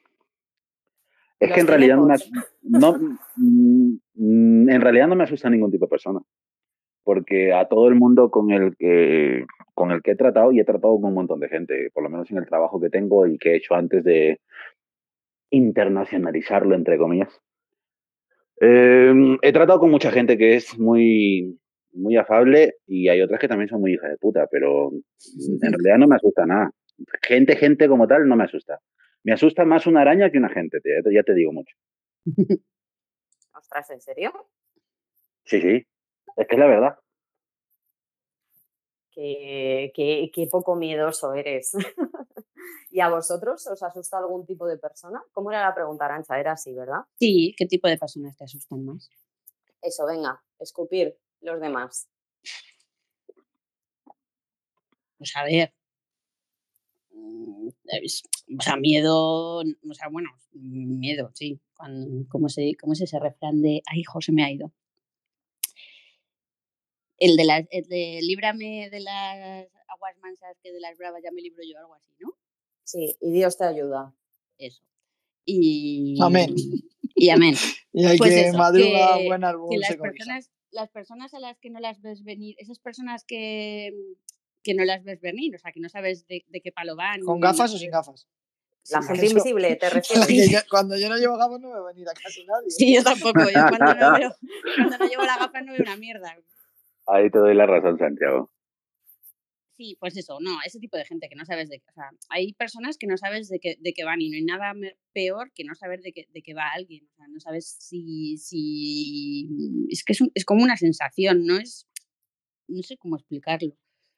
es Los que en realidad no me, cinecos. as- no, mm, mm, en realidad no me asusta ningún tipo de persona. Porque a todo el mundo con el que con el que he tratado, y he tratado con un montón de gente, por lo menos en el trabajo que tengo y que he hecho antes de internacionalizarlo, entre comillas. Eh, he tratado con mucha gente que es muy, muy afable y hay otras que también son muy hijas de puta, pero en realidad no me asusta nada. Gente, gente como tal no me asusta. Me asusta más una araña que una gente, te- ya te digo mucho. Ostras, ¿en serio? Sí, sí, es que es la verdad. Qué, qué- qué poco miedoso eres. ¿Y a vosotros os asusta algún tipo de persona? ¿Cómo era la pregunta, Arantxa? Era así, ¿verdad? Sí, ¿qué tipo de personas te asustan más? Eso, venga, escupir los demás. Pues a ver. mm, es- O sea, miedo. O sea, bueno, miedo, sí. Cuando- ¿cómo, se, ¿Cómo es ese refrán de. Ay, hijo, se me ha ido. El de, las, el de líbrame de las aguas mansas que de las bravas ya me libro yo, algo así, ¿no? Sí, y Dios te ayuda. Eso. Y. Amén. Y amén. Y hay Pues que eso, madruga, que, buen que árbol las se cobija. personas, las personas a las que no las ves venir, esas personas que, que no las ves venir, o sea, que no sabes de, de qué palo van. ¿Con ni- gafas o sin gafas? La Sí, gente eso- invisible, ¿te refieres? Porque yo- cuando yo no llevo gafas no me va a venir a casi nadie. Sí, yo tampoco. Yo cuando no, veo, cuando no llevo la gafa no veo una mierda. Ahí te doy la razón, Santiago. Sí, pues eso, no, ese tipo de gente que no sabes de qué. O sea, hay personas que no sabes de qué, de qué van y no hay nada me- peor que no saber de qué, de qué va alguien. O sea, no sabes si. si es que es, un- es como una sensación, no es. No sé cómo explicarlo.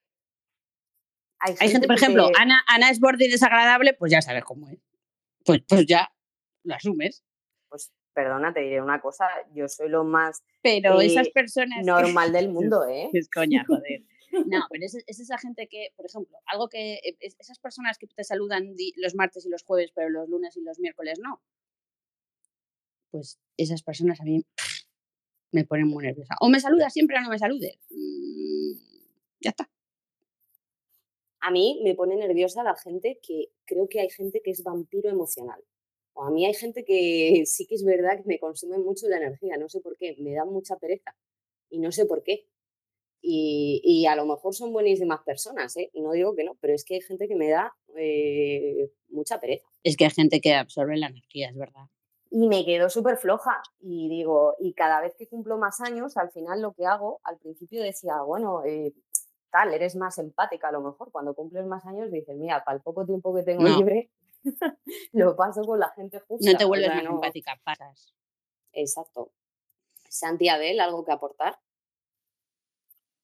Hay gente, por que ejemplo, te- Ana, Ana es borde y desagradable, pues ya sabes cómo es. Pues, pues ya lo asumes. Pues perdona, te diré una cosa, yo soy lo más Pero eh, esas personas. normal del mundo, ¿eh? Es coña, joder. No, pero es, es esa gente que, por ejemplo, algo que. Es, esas personas que te saludan di- los martes y los jueves, pero los lunes y los miércoles no. Pues esas personas a mí me ponen muy nerviosa. O me saludas siempre o no me saludes. Mm, ya está. A mí me pone nerviosa la gente que creo que hay gente que es vampiro emocional. O a mí hay gente que sí que es verdad que me consume mucho la energía, no sé por qué, me da mucha pereza y no sé por qué. Y, y a lo mejor son buenísimas personas, ¿eh? No digo que no, pero es que hay gente que me da eh, mucha pereza. Es que hay gente que absorbe la energía, es verdad. Y me quedo súper floja y digo, y cada vez que cumplo más años, al final lo que hago, al principio decía, bueno, eh, tal, eres más empática a lo mejor, cuando cumples más años dices, mira, para el poco tiempo que tengo No. libre, lo paso con la gente justa. No te vuelves o sea, más no- empática, pasas. Exacto. Santi, Abel, ¿algo que aportar?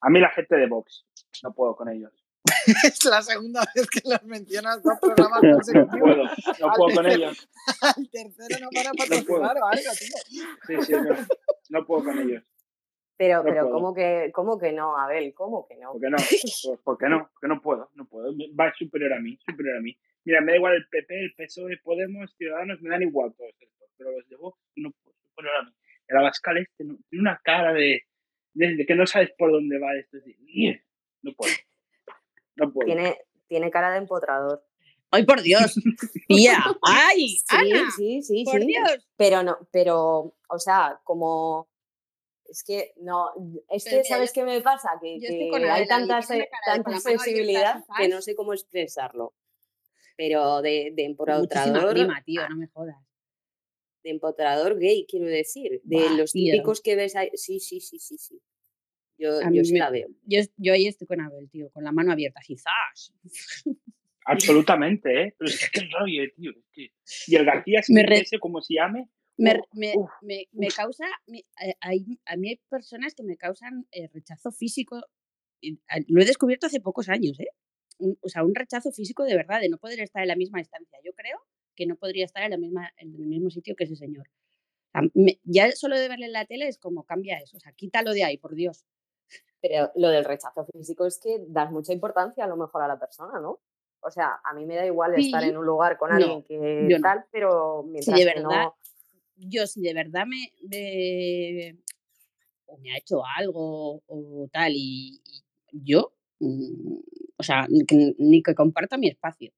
A mí la gente de Vox, no puedo con ellos. Es la segunda vez que los mencionas dos programas No consecutivos. puedo, no Al puedo con tercer- ellos. Al tercero no para patrocinar o algo, tío. Sí, sí, no, no puedo con ellos. Pero, No pero puedo. ¿cómo que, ¿cómo que no, Abel? ¿Cómo que no? ¿Por qué no? Pues, ¿por qué no? Porque no puedo, no puedo. Va superior a mí, superior a mí. Mira, me da igual el P P, el P S O E, Podemos, Ciudadanos, me dan igual todos estos. Pero los de Vox no puedo, superior a mí. El Abascal este no, tiene una cara de, de, de que no sabes por dónde va esto. Es de, "Nie". No puedo. No puedo. Tiene, tiene cara de empotrador. ¡Ay, por Dios! ¡Pía! ¡Ay, Sí, Ana! sí, sí, ¡Por sí. Dios! Pero no, pero, o sea, como es que no, es Pero que mira, ¿sabes yo- qué me pasa? Que, yo estoy que con hay Abel ahí, tanta, tiene una se- cara de con tanta la mano abierta, sensibilidad quizás. que no sé cómo expresarlo. Pero de, de Muchísima empotrador, grima, tío, no me jodas. de empotrador gay, quiero decir. De Buah, los tío. típicos que ves ahí. Sí, sí, sí, sí, sí. Yo, A yo mí sí me- la veo. Yo, yo ahí estoy con Abel, tío, con la mano abierta, quizás. Absolutamente, ¿eh? Pero es que qué rollo, tío. Es que... Y el García Me Smith re- ese, como se llame. Me, uf, me, uf. me, me causa, me- eh, hay, a mí hay personas que me causan eh, rechazo físico, y, a- lo he descubierto hace pocos años, ¿eh? Un- o sea, un rechazo físico de verdad, de no poder estar en la misma distancia. Yo creo que no podría estar en, la misma, en el mismo sitio que ese señor. O sea, me- ya solo de verle en la tele es como cambia eso, o sea, quítalo de ahí, por Dios. Pero lo del rechazo físico es que das mucha importancia a lo mejor a la persona, ¿no? O sea, a mí me da igual Sí, estar en un lugar con no, alguien que yo no. tal, pero Si mientras de que verdad, no... yo si de verdad me, me- o me ha hecho algo o tal y, y yo, mm, o sea, ni que, ni que comparta mi espacio.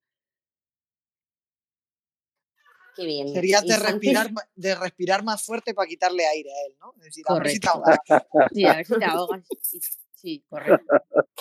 Qué bien. Sería Y de Santi- respirar, ma- de respirar más fuerte para quitarle aire a él, ¿no? Es decir, a ver si te Correcto. ahogas. Sí, a ver si te ahogas. Sí, sí, correcto.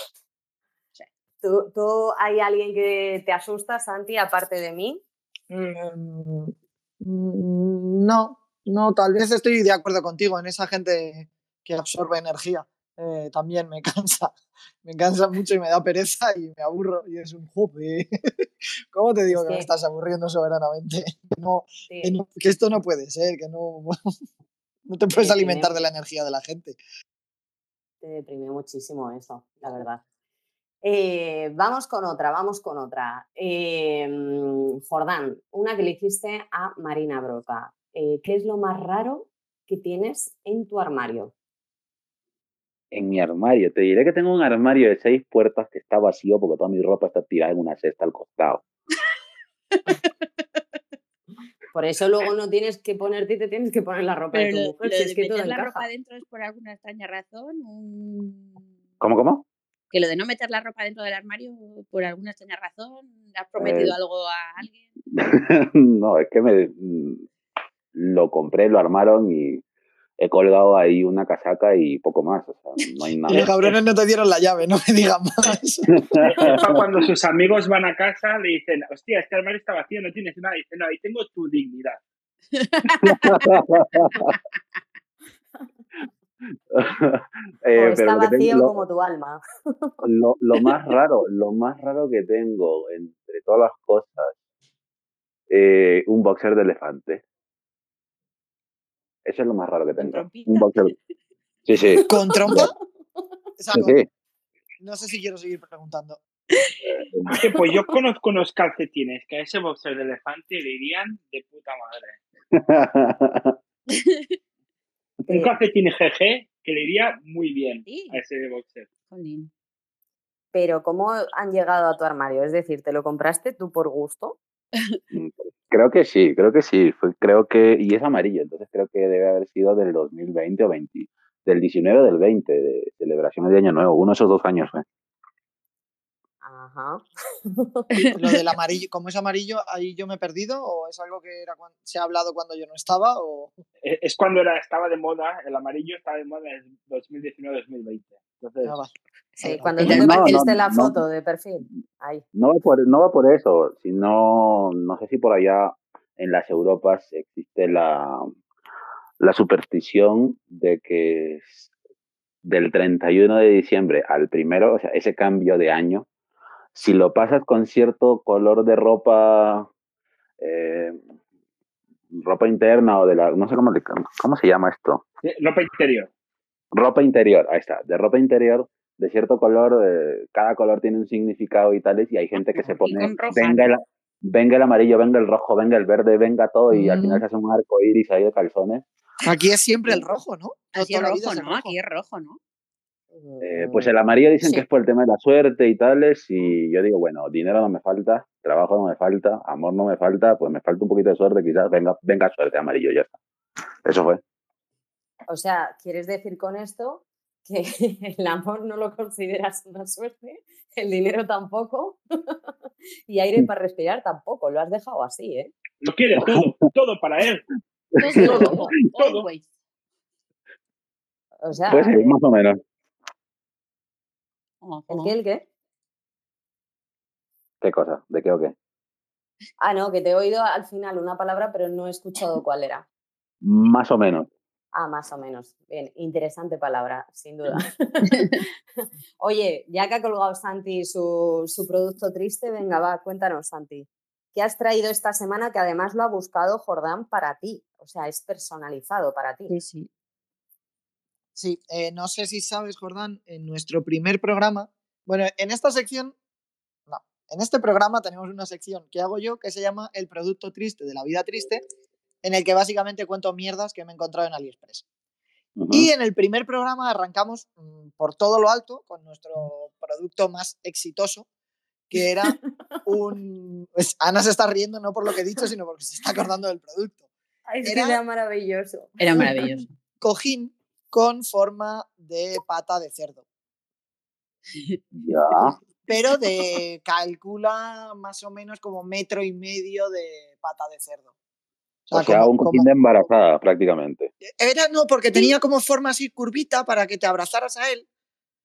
¿Tú, ¿Tú hay alguien que te asusta, Santi, aparte de mí? Mm, mm, No, no, tal vez estoy de acuerdo contigo en esa gente que absorbe energía. Eh, también me cansa, me cansa mucho y me da pereza y me aburro y es un jope. ¿Cómo te digo Es que, me que- estás aburriendo soberanamente? Que, no, Sí, que, no- que esto no puede ser, que no, no te puedes Sí, alimentar sí. de la energía de la gente. te deprime muchísimo eso, la verdad. Eh, vamos con otra, vamos con otra. Eh, Jordán, una que le hiciste a Marina Broca. Eh, ¿Qué es lo más raro que tienes en tu armario? En mi armario, te diré que tengo un armario de seis puertas que está vacío porque toda mi ropa está tirada en una cesta al costado. Por eso luego no tienes que ponerte y te tienes que poner la ropa de Pero tu lo, mujer, lo si de es que todo meter la encaja. ropa dentro es por alguna extraña razón. un- ¿Cómo, cómo? Que lo de no meter la ropa dentro del armario por alguna extraña razón. ¿Le has prometido Eh, algo a alguien? No, es que me mm, lo compré, lo armaron y he colgado ahí una casaca y poco más. O sea, no hay Y nada. los cabrones no te dieron la llave, no me digan más. Es para cuando sus amigos van a casa le dicen, hostia, este armario está vacío, no tienes nada. Y dice, no, ahí tengo tu dignidad. Eh, O pero está lo que tengo- vacío lo- como tu alma. Lo, lo más raro, lo más raro que tengo entre todas las cosas, eh, un boxer de elefante. Eso es lo más raro que ¿Con tengo. trompita? Un boxer. Sí, sí. ¿Con trompa? O sea, Sí, con- sí. No sé si quiero seguir preguntando. Oye, pues yo conozco unos calcetines que a ese boxer de elefante le irían de puta madre. Un Eh, calcetín G G que le iría muy bien Sí. a ese boxer. Jolín. Pero ¿cómo han llegado a tu armario? Es decir, ¿te lo compraste tú por gusto? Creo que sí, creo que sí. Fue, creo que, y es amarillo, entonces creo que debe haber sido del dos mil veinte o veinte, del diecinueve o del veinte, de celebración de Año Nuevo, uno de esos dos años. ¿eh? Ajá. Lo del amarillo, como es amarillo, ahí yo me he perdido o es algo que era cuan- se ha hablado cuando yo no estaba o Eh, Es cuando era, estaba de moda, el amarillo estaba de moda en dos mil diecinueve dos mil veinte. Entonces, Ah, vale. Sí, Vale, cuando vale. tú te No, no, pusiste la no. foto de perfil. Ahí. No va por, no va por eso, sino, no sé si por allá en las Europas existe la, la superstición de que es del treinta y uno de diciembre al primero, o sea, ese cambio de año, si lo pasas con cierto color de ropa, eh, ropa interna o de la, no sé cómo, le- cómo se llama esto, eh, ropa interior. ropa interior, ahí está, de ropa interior, de cierto color, eh, cada color tiene un significado y tales, y hay gente que se pone, venga el, venga el amarillo, venga el rojo, venga el verde, venga todo, y mm. al final se hace un arco iris ahí de calzones. Aquí es siempre el rojo, ¿no? Aquí es rojo, ¿no? Aquí es rojo, ¿no? Eh, pues el amarillo dicen sí. que es por el tema de la suerte y tales, y yo digo, bueno, dinero no me falta, trabajo no me falta, amor no me falta, pues me falta un poquito de suerte, quizás venga, venga suerte, amarillo, ya está. Eso fue. O sea, ¿quieres decir con esto que el amor no lo consideras una suerte, el dinero tampoco, y aire para respirar tampoco? Lo has dejado así, ¿eh? Lo quiere todo, todo para él. Todo, todo, todo. O sea, pues sí, eh, más o menos. ¿El qué, el qué? ¿Qué cosa? ¿De qué o qué? Ah, no, que te he oído al final una palabra, pero no he escuchado cuál era. Más o menos. Ah, más o menos. Bien, interesante palabra, sin duda. Oye, ya que ha colgado Santi su, su producto triste, venga, va, cuéntanos, Santi. ¿Qué has traído esta semana que además lo ha buscado Jordán para ti? O sea, es personalizado para ti. Sí, sí. Sí, eh, no sé si sabes, Jordán, en nuestro primer programa, bueno, en esta sección, no, en este programa tenemos una sección que hago yo que se llama El producto triste de la vida triste, en el que básicamente cuento mierdas que me he encontrado en AliExpress. Uh-huh. Y en el primer programa arrancamos mmm, por todo lo alto con nuestro producto más exitoso, que era un... Pues Ana se está riendo no por lo que he dicho, sino porque se está acordando del producto. Ay, es era... que era maravilloso. Era maravilloso. Cojín con forma de pata de cerdo. Ya. Pero de calcula más o menos como metro y medio de pata de cerdo. O sea, o sea como, un cojín como... de embarazada, prácticamente. Era, no, porque tenía como forma así curvita para que te abrazaras a él.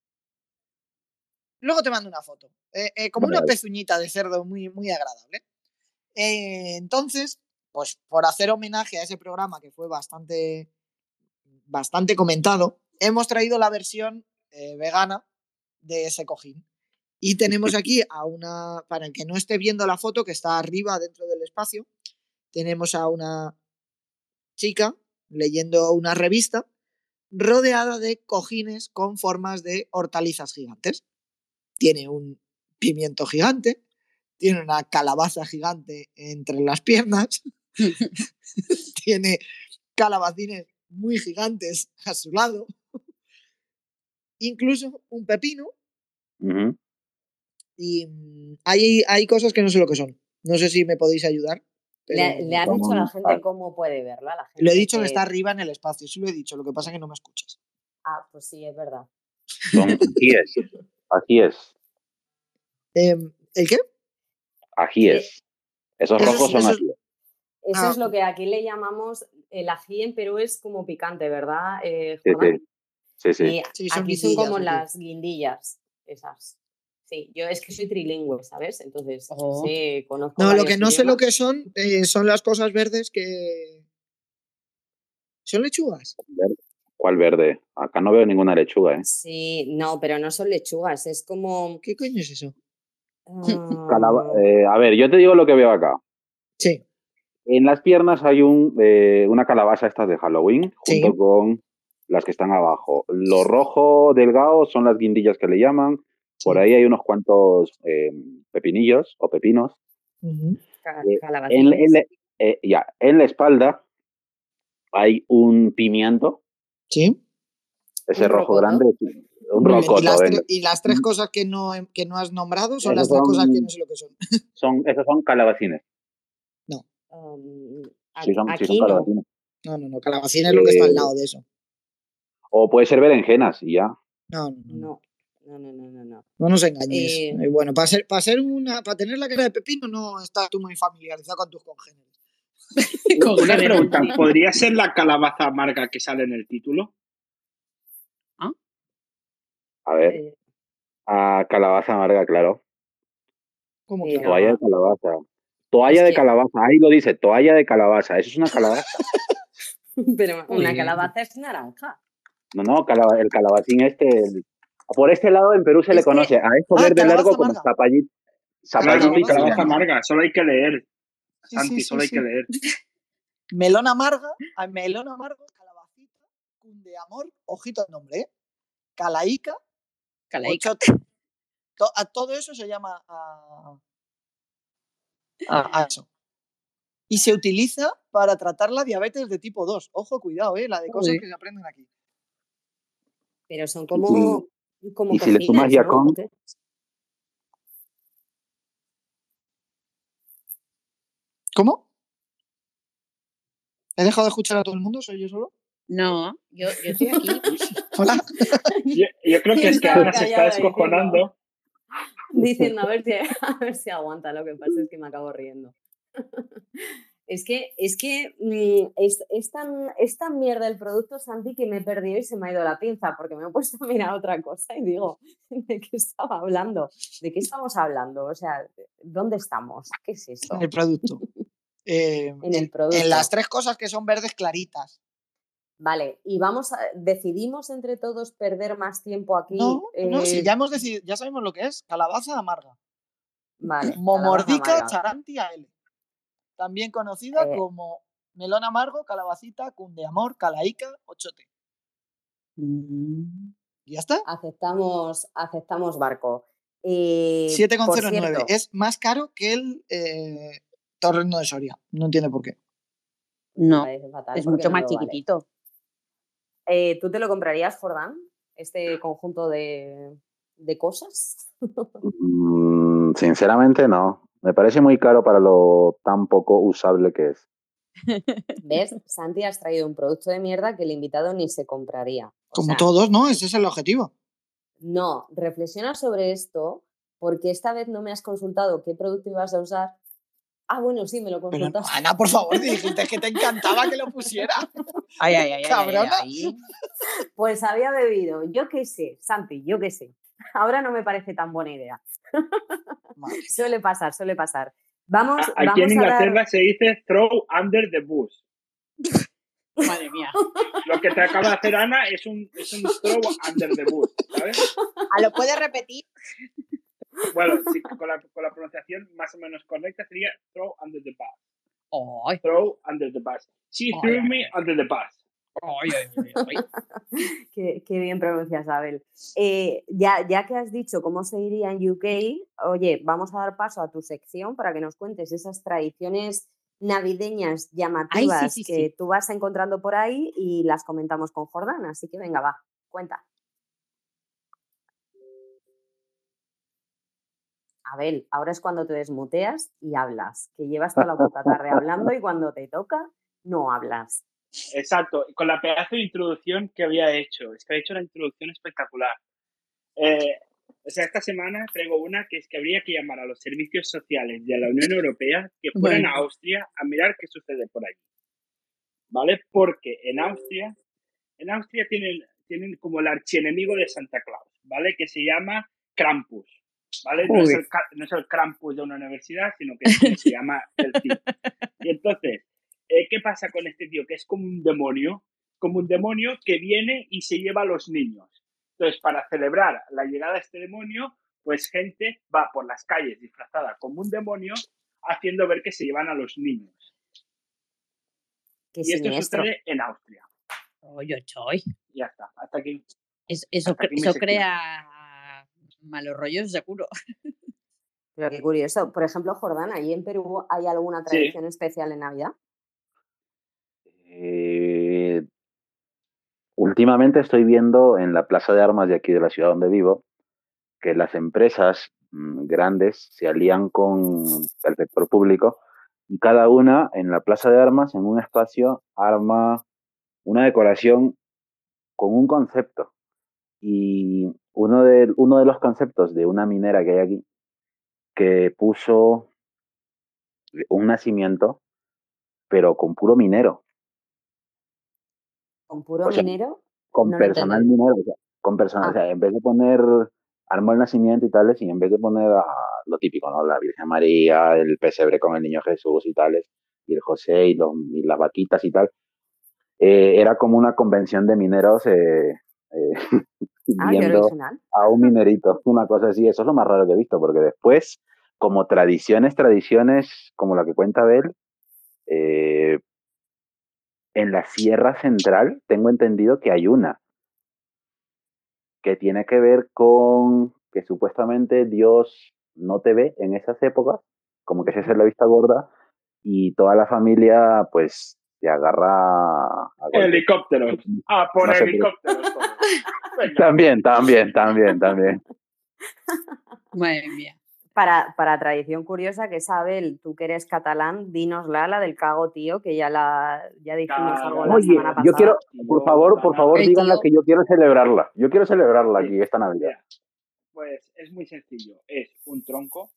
Luego te mando una foto. Eh, eh, como vale. Una pezuñita de cerdo muy, muy agradable. Eh, entonces, pues por hacer homenaje a ese programa que fue bastante... bastante comentado, hemos traído la versión eh, vegana de ese cojín. Y tenemos aquí a una, para el que no esté viendo la foto, que está arriba dentro del espacio, tenemos a una chica leyendo una revista rodeada de cojines con formas de hortalizas gigantes. Tiene un pimiento gigante, tiene una calabaza gigante entre las piernas, tiene calabacines muy gigantes a su lado, incluso un pepino, uh-huh. y hay, hay cosas que no sé lo que son. No sé si me podéis ayudar. Pero... ¿Le, ¿Le has dicho a la gente cómo puede verlo? A la gente lo he dicho que... que está arriba en el espacio, sí lo he dicho, lo que pasa es que no me escuchas. Ah, pues sí, es verdad. Son, aquí es, aquí es. Eh, ¿El qué? Ajíes. Esos eso rojos es, son eso ajíes. Eso ah. es lo que aquí le llamamos el ají en Perú, es como picante, ¿verdad, eh, sí, sí, sí, sí. Y sí, son aquí son como sí. las guindillas, esas. Sí, yo es que soy trilingüe, ¿sabes? Entonces, oh. sí, conozco. No, lo que no idiomas. sé lo que son, eh, son las cosas verdes que... ¿Son lechugas? ¿Cuál verde? Acá no veo ninguna lechuga, ¿eh? Sí, no, pero no son lechugas, es como... ¿Qué coño es eso? Uh... Calaba... eh, a ver, yo te digo lo que veo acá. Sí. En las piernas hay un, eh, una calabaza estas de Halloween, junto sí. con las que están abajo. Lo rojo delgado son las guindillas que le llaman. Por sí. ahí hay unos cuantos eh, pepinillos o pepinos. Uh-huh. Eh, en, en, eh, ya, en la espalda hay un pimiento. Sí. Ese un rojo rocoto. grande. Un rocoto. ¿Y las, tre- y las tres cosas que no, que no has nombrado son esos las tres son, cosas que no sé lo que son. son esos son calabacines. No. Um, sí, son, aquí sí son calabacines. No, no, no. Calabacines es lo que está al lado de eso. O puede ser berenjenas y ya. No, no, no. No, no, no, no, no. No nos engañes. Eh... Eh, bueno, para ser, para ser una, para tener la cara de pepino no estás tú muy familiarizado con tus congéneres. Una pregunta, ¿podría ser la calabaza amarga que sale en el título? ¿Ah? A ver. Eh... A calabaza amarga, claro. ¿Cómo que toalla de calabaza? Toalla es de que... calabaza, ahí lo dice, toalla de calabaza. ¿Eso es una calabaza? Pero una calabaza es naranja. No, no, calab- el calabacín este... El... Por este lado en Perú se es le conoce que... a esto ah, verde largo como zapallito. Zapallito y calabaza amarga, solo hay que leer. Santi, sí, sí, solo sí, hay que sí. leer. Melón amarga, melón amargo, calabacita, cundeamor, ojito el nombre, ¿eh? Calaica, Calaica. ochote. To- a todo eso se llama a, a- a eso. Y se utiliza para tratar la diabetes de tipo dos. Ojo, cuidado, ¿eh? La de cosas Joder. que se aprenden aquí. Pero son como, como y si le sumas cojines, ya ¿no? con- ¿O qué? ¿Cómo? ¿He dejado de escuchar a todo el mundo? ¿Soy yo solo? No, yo, yo estoy aquí. Hola. Yo, yo creo que es que Estaba Ana se está callada diciendo- descojonando. Diciendo a ver si a ver si aguanta, lo que pasa es que me acabo riendo. Es que, es que mm, es, es, tan, es tan mierda el producto, Santi, que me he perdido y se me ha ido la pinza, porque me he puesto a mirar otra cosa y digo, ¿de qué estaba hablando? ¿De qué estamos hablando? O sea, ¿dónde estamos? ¿Qué es esto? En el producto. Eh, En el producto. En las tres cosas que son verdes claritas. Vale, y vamos a, decidimos entre todos perder más tiempo aquí. No, no, eh, si ya hemos decidido, ya sabemos lo que es. Calabaza amarga. Vale, calabaza Momordica amarga. charantia L. También conocida Eh. como melón amargo, calabacita, cundeamor, calaica, ochote. Mm. ¿Y ya está? Aceptamos, aceptamos barco. Eh, siete coma por cero nueve. cierto, Es más caro que el eh, torreno de Soria. No entiende por qué. No, me parece fatal es porque mucho no más lo vale. chiquitito. Eh, ¿Tú te lo comprarías, Jordán? Este conjunto de, de cosas. Mm, sinceramente no. Me parece muy caro para lo tan poco usable que es. ¿Ves? Santi, has traído un producto de mierda que el invitado ni se compraría. O Como sea, todos, ¿no? Ese es el objetivo. No, reflexiona sobre esto porque esta vez no me has consultado qué producto ibas a usar. Ah, bueno, sí, me lo Pero no, consultaste. Ana, por favor, dijiste que te encantaba que lo pusiera. Ay, ay, ay, ay, Cabrona. ay, ay. Pues había bebido, yo qué sé, Santi, yo qué sé. Ahora no me parece tan buena idea. Madre. Suele pasar, suele pasar. Vamos, A- Aquí vamos en a Inglaterra dar... se dice throw under the bus. Madre mía. Lo que te acaba de hacer Ana es un, es un throw under the bus, ¿sabes? ¿A lo puedes repetir? Bueno, sí, con, la, con la pronunciación más o menos correcta sería throw under the bus. Ay, Throw under the bus. She Ay, threw ay, me ay. under the bus. ay, ay, ay, ay. Qué, qué bien pronuncias, Abel. Eh, ya, ya que has dicho cómo se diría en U K, oye, vamos a dar paso a tu sección para que nos cuentes esas tradiciones navideñas llamativas Ay, sí, sí, que sí. tú vas encontrando por ahí y las comentamos con Jordán. Así que venga, va, cuenta. Abel, ahora es cuando te desmuteas y hablas, que llevas toda la puta tarde hablando y cuando te toca no hablas. Exacto, con la pedazo de introducción que había hecho. Es que ha hecho una introducción espectacular. Eh, o sea, esta semana traigo una que es que habría que llamar a los servicios sociales de la Unión Europea que fueran Bueno. a Austria a mirar qué sucede por allí. ¿Vale? Porque en Austria, en Austria tienen, tienen como el archienemigo de Santa Claus, ¿vale? Que se llama Krampus, ¿vale? No es, el, ca- no es el Krampus de una universidad, sino que es como se llama el tío. Y entonces, eh, ¿qué pasa con este tío? Que es como un demonio, como un demonio que viene y se lleva a los niños. Entonces, para celebrar la llegada de este demonio, pues gente va por las calles disfrazada como un demonio, haciendo ver que se llevan a los niños. Qué Y esto siniestro. sucede en Austria. Oye, choy. Ya está, hasta aquí. Es- Eso, Hasta aquí mi eso sección. crea malos rollos, seguro. Pero qué curioso. Por ejemplo, Jordán, ¿allí en Perú hay alguna Sí. tradición especial en Navidad? Eh, últimamente estoy viendo en la plaza de armas de aquí de la ciudad donde vivo que las empresas mm, grandes se alían con el sector público y cada una en la plaza de armas, en un espacio, arma una decoración con un concepto. Y uno de, uno de los conceptos de una minera que hay aquí, que puso un nacimiento, pero con puro minero, ¿Con puro O sea, minero? con No lo personal entendí. minero, o sea, con personal, Ah. o sea, en vez de poner, armó el nacimiento y tales, y en vez de poner a lo típico, ¿no? La Virgen María, el pesebre con el niño Jesús y tales, y el José y, los, y las vaquitas y tal, eh, era como una convención de mineros eh, eh, Ah, qué viendo original. a un minerito, una cosa así. Eso es lo más raro que he visto, porque después, como tradiciones, tradiciones, como la que cuenta Abel, eh, en la Sierra Central tengo entendido que hay una, que tiene que ver con que supuestamente Dios no te ve en esas épocas, como que se hace la vista gorda, y toda la familia pues te agarra a golpes. Helicópteros. Ah, por No sé, pero- helicópteros. todo. Venga. También, también, también, también. Madre mía. Para, para tradición curiosa, que Isabel, tú que eres catalán, dínosla, la del cago tío, que ya la ya dijimos Caga. algo la Oye, semana pasada. yo quiero, por Yo, favor, por Catalán. favor, El díganla tío. que yo quiero celebrarla. Yo quiero celebrarla aquí esta Navidad. Mira, pues es muy sencillo. Es un tronco,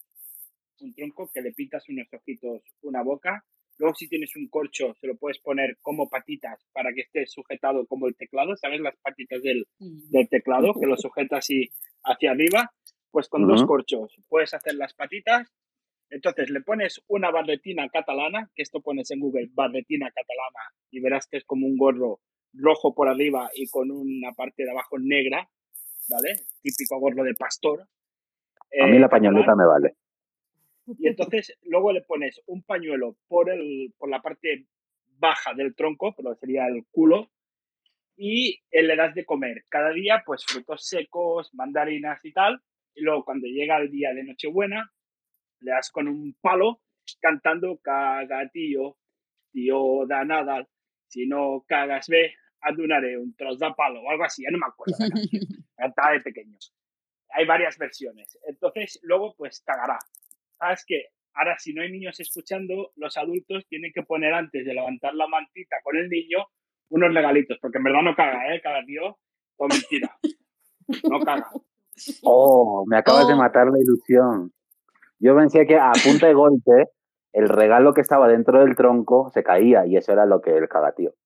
un tronco que le pintas unos ojitos, una boca. Luego, si tienes un corcho, se lo puedes poner como patitas para que esté sujetado como el teclado. ¿Sabes las patitas del, del teclado? Que lo sujeta así hacia arriba. Pues con dos Ujú. corchos puedes hacer las patitas. Entonces le pones una barretina catalana, que esto pones en Google, barretina catalana, y verás que es como un gorro rojo por arriba y con una parte de abajo negra, ¿vale? Típico gorro de pastor. A mí eh, la catalán. pañoleta me vale. Y entonces luego le pones un pañuelo por, el, por la parte baja del tronco, por lo que sería el culo, y eh, le das de comer cada día pues frutos secos, mandarinas y tal. Y luego cuando llega el día de Nochebuena, le das con un palo cantando caga tío, tío da nada, si no cagas ve, adunaré un tros de palo o algo así, ya no me acuerdo la canción, cantaba de pequeño. Hay varias versiones. Entonces luego pues cagará. ¿Sabes qué? Ahora si no hay niños escuchando, los adultos tienen que poner antes de levantar la mantita con el niño unos regalitos, porque en verdad no caga, ¿eh? Caga tío, todo mentira. No caga. Oh, me acabas de Oh. matar la ilusión. Yo pensé que a punta de golpe el regalo que estaba dentro del tronco se caía y eso era lo que el cagatío.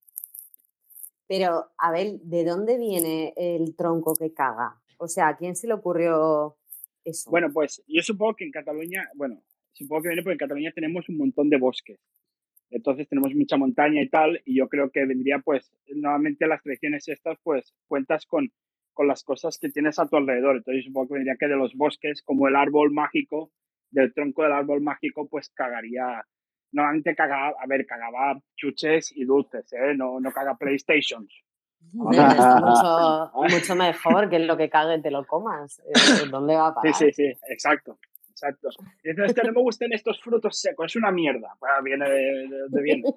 Pero, Abel, ¿de dónde viene el tronco que caga? O sea, ¿a quién se le ocurrió eso? Bueno, pues yo supongo que en Cataluña, bueno, supongo que viene porque en Cataluña tenemos un montón de bosques. Entonces tenemos mucha montaña y tal, y yo creo que vendría, pues, nuevamente las tradiciones estas, pues, cuentas con, con las cosas que tienes a tu alrededor. Entonces yo supongo que vendría que de los bosques, como el árbol mágico, del tronco del árbol mágico, pues cagaría, normalmente cagaba, a ver, cagaba chuches y dulces, ¿eh? No, no caga PlayStations. Hombre, pero está mucho, mucho mejor que lo que cague te lo comas. Eh, ¿Dónde va a Sí, parar? sí, sí, exacto, exacto. Y dices, es que no me gustan estos frutos secos, es una mierda. Bueno, viene de, de, de bien.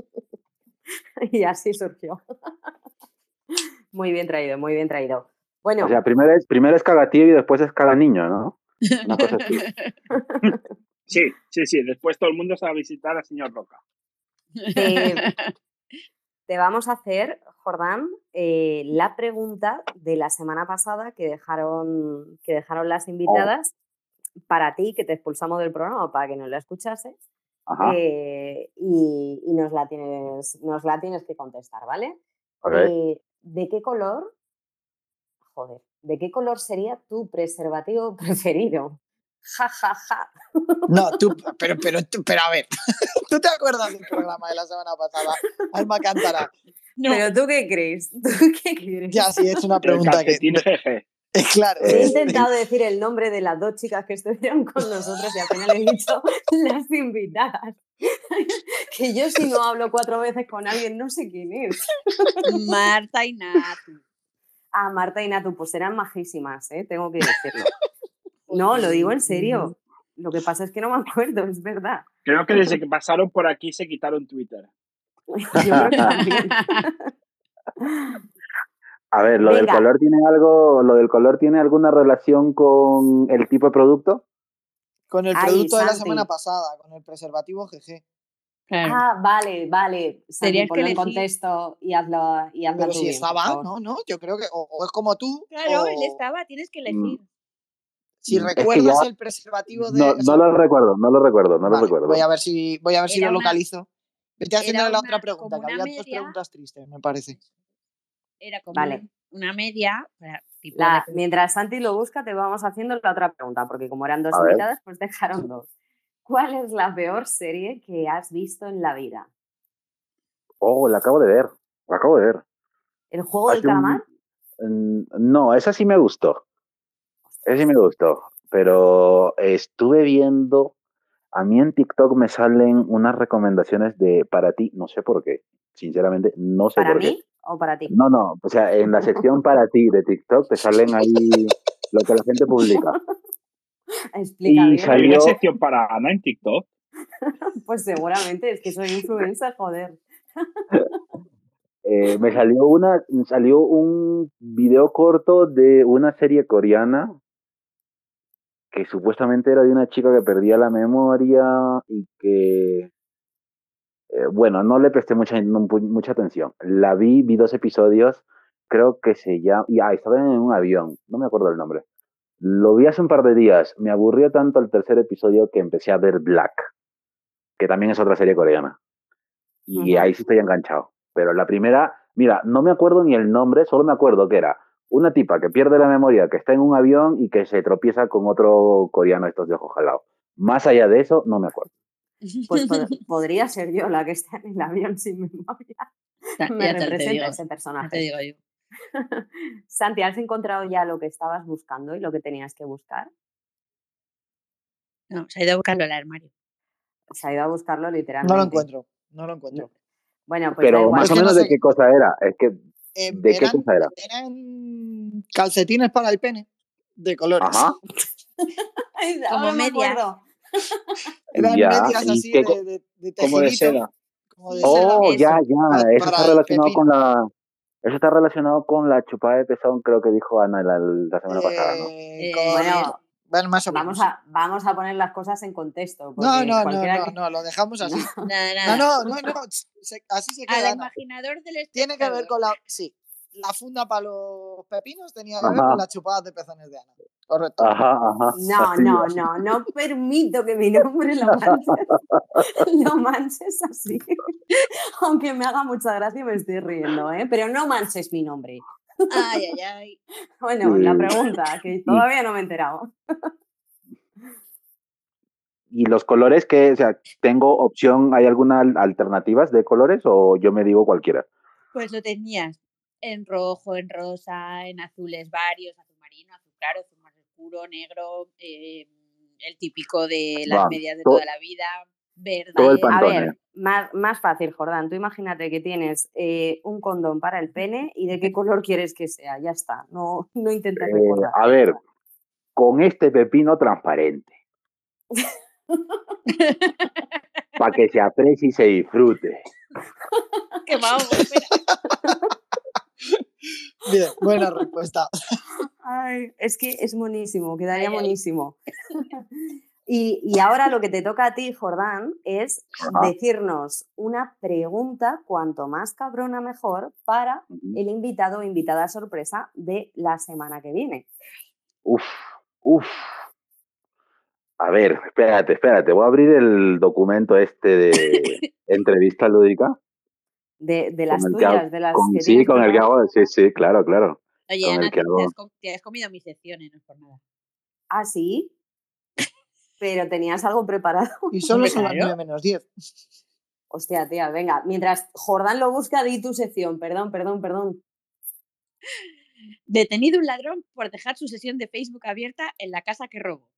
Y así surgió. Muy bien traído, muy bien traído. Bueno, O sea, primero es, primero es cagatío y después es caganiño, ¿no? Una cosa así. Sí, sí, sí. Después todo el mundo se va a visitar al señor Roca. te, te vamos a hacer, Jordán, eh, la pregunta de la semana pasada que dejaron, que dejaron las invitadas para ti, que te expulsamos del programa para que no la escuchases. Ajá. Eh, y, y nos, la tienes, nos la tienes que contestar, ¿vale? Ok. Eh, ¿De qué color, joder, de qué color sería tu preservativo preferido? Ja, ja, ja. No, tú, pero, pero, tú- pero a ver, ¿tú te acuerdas del programa de la semana pasada? Alma Cántara. No. ¿Pero tú qué crees? ¿Tú qué crees? Ya, sí, es una El pregunta que. calcetín jeje. Eh, Claro. He Eh, intentado decir el nombre de las dos chicas que estuvieron con nosotros y al final he dicho las invitadas. Que yo si no hablo cuatro veces con alguien no sé quién es. Marta y Natu. Ah, Marta y Natu, pues eran majísimas, ¿eh? Tengo que decirlo. No, lo digo en serio. Lo que pasa es que no me acuerdo, es verdad. Creo que desde que pasaron por aquí se quitaron Twitter. Yo creo que también. A ver, ¿lo del Venga. color tiene algo, lo del color tiene alguna relación con el tipo de producto? Con el Ay, producto de la Santi. semana pasada, con el preservativo G G. Claro. Ah, vale, vale. Santi, Tenías que ponlo en elegir. contexto y hazlo, y hazlo Pero tú si bien, por estaba, favor. no, no, yo creo que o, o es como tú. Claro, o él estaba, tienes que elegir. Si Es que recuerdas ya el preservativo de. No, o no sea, lo recuerdo, no lo recuerdo, no lo vale, recuerdo. voy a ver si, voy a ver si Era lo una- localizo. Vete haciendo era la una- otra pregunta, como que una había dos media. preguntas tristes, me parece. Era como Vale. una, una media. Para, tipo La- de- mientras Santi lo busca, te vamos haciendo la otra pregunta, porque como eran dos A ver. invitadas, pues dejaron dos. ¿Cuál es la peor serie que has visto en la vida? Oh, la acabo de ver, la acabo de ver. ¿El juego del Hace un- calamar? Mm, No, esa sí me gustó. Esa sí me gustó. Pero estuve viendo, a mí en TikTok me salen unas recomendaciones de para ti, no sé por qué. sinceramente, no sé ¿Para por qué. mí o para ti? No, no, o sea, en la sección para ti de TikTok te salen ahí lo que la gente publica. Explica Y bien. ¿Hay salió, una sección para Ana en TikTok? Pues seguramente, es que soy influencer, joder. eh, me salió una, me salió un video corto de una serie coreana que supuestamente era de una chica que perdía la memoria y que, eh, bueno, no le presté mucha, no, mucha atención. La vi, vi dos episodios, creo que se llama, y ah, estaba en un avión, no me acuerdo el nombre. Lo vi hace un par de días, me aburrió tanto el tercer episodio que empecé a ver Black, que también es otra serie coreana. Y Ujú. ahí sí estoy enganchado. Pero la primera, mira, no me acuerdo ni el nombre, solo me acuerdo que era una tipa que pierde la memoria, que está en un avión y que se tropieza con otro coreano estos de ojos jalados. Más allá de eso, no me acuerdo. Pues pod- podría ser yo la que está en el avión sin memoria. Ya- Me ya te- te representa digo, ese ya te personaje. digo yo. Santi, ¿has encontrado ya lo que estabas buscando y lo que tenías que buscar? No, se ha ido a buscarlo al armario. Se ha ido a buscarlo No literalmente. lo encuentro, no lo encuentro. Bueno, pues da Pero igual. más Es o que no menos de sé. qué cosa era. Es que, Eh, ¿de qué eran, cosa era? eran calcetines para el pene de colores. Ajá. Ay, Como ahora me medias. acuerdo. Eran Ya, medias ¿y así qué de, co- de, de Como de tejidito, seda. como de Eso, seda, Oh, ya, eso. ya. pa- Eso está para el relacionado pepino. con la. Eso está relacionado con la chupada de pezón, creo que dijo Ana la, la semana pasada, ¿no? Eh, Eh, con- Bueno, bueno, más o menos. vamos sí. a, vamos a poner las cosas en contexto. No, Porque no, no, cualquiera no, que... no, lo dejamos así. No. Nada, No, nada. no, no, no, se- así se Al queda. Ana. imaginador del Tiene que ver espectador. con la. Sí, la funda para los pepinos tenía que ver Ajá. con las chupadas de pezones de Ana. Correcto. Ajá, ajá. No, así, no, así. no, no permito que mi nombre lo manches, lo manches así. Aunque me haga mucha gracia y me estoy riendo, ¿eh? Pero no manches mi nombre. Ay, ay, ay. Bueno, la Y- pregunta, que todavía no me he enterado. Y los colores que, o sea, tengo opción, ¿hay alguna al- alternativas de colores o yo me digo cualquiera? Pues lo tenías en rojo, en rosa, en azules varios, azul marino, azul claro, azul más oscuro, negro, eh, el típico de las Va, medias de to- toda la vida, verde. todo el A Pantone. ver, más, más fácil, Jordán. Tú imagínate que tienes eh, un condón para el pene y de qué color quieres que sea. Ya está. No, no intentes Eh, recordar. a ver, con este pepino transparente, para que se aprecie y se disfrute. Que vamos, espera. Bien, buena respuesta. Ay, es que es monísimo, quedaría Ay, ay. monísimo. Y, y ahora lo que te toca a ti, Jordán, es Ajá. decirnos una pregunta, cuanto más cabrona mejor, para Ujú. el invitado o invitada sorpresa de la semana que viene. Uf, uf. A ver, espérate, espérate. Voy a abrir el documento este de entrevista lúdica. De, de las Con el que hago- tuyas, de las con- que sí, tienes con el que preparadas. hago. Sí, sí, claro, claro. Oye, Con el Ana, que te, hago- te has, com- te has comido mis secciones, no es por nada. Ah, sí. Pero tenías algo preparado. Y solo Hombre, son las claro. nueve menos diez. Hostia, tía, venga. Mientras Jordán lo busca, di tu sección. Perdón, perdón, perdón. Detenido un ladrón por dejar su sesión de Facebook abierta en la casa que robó.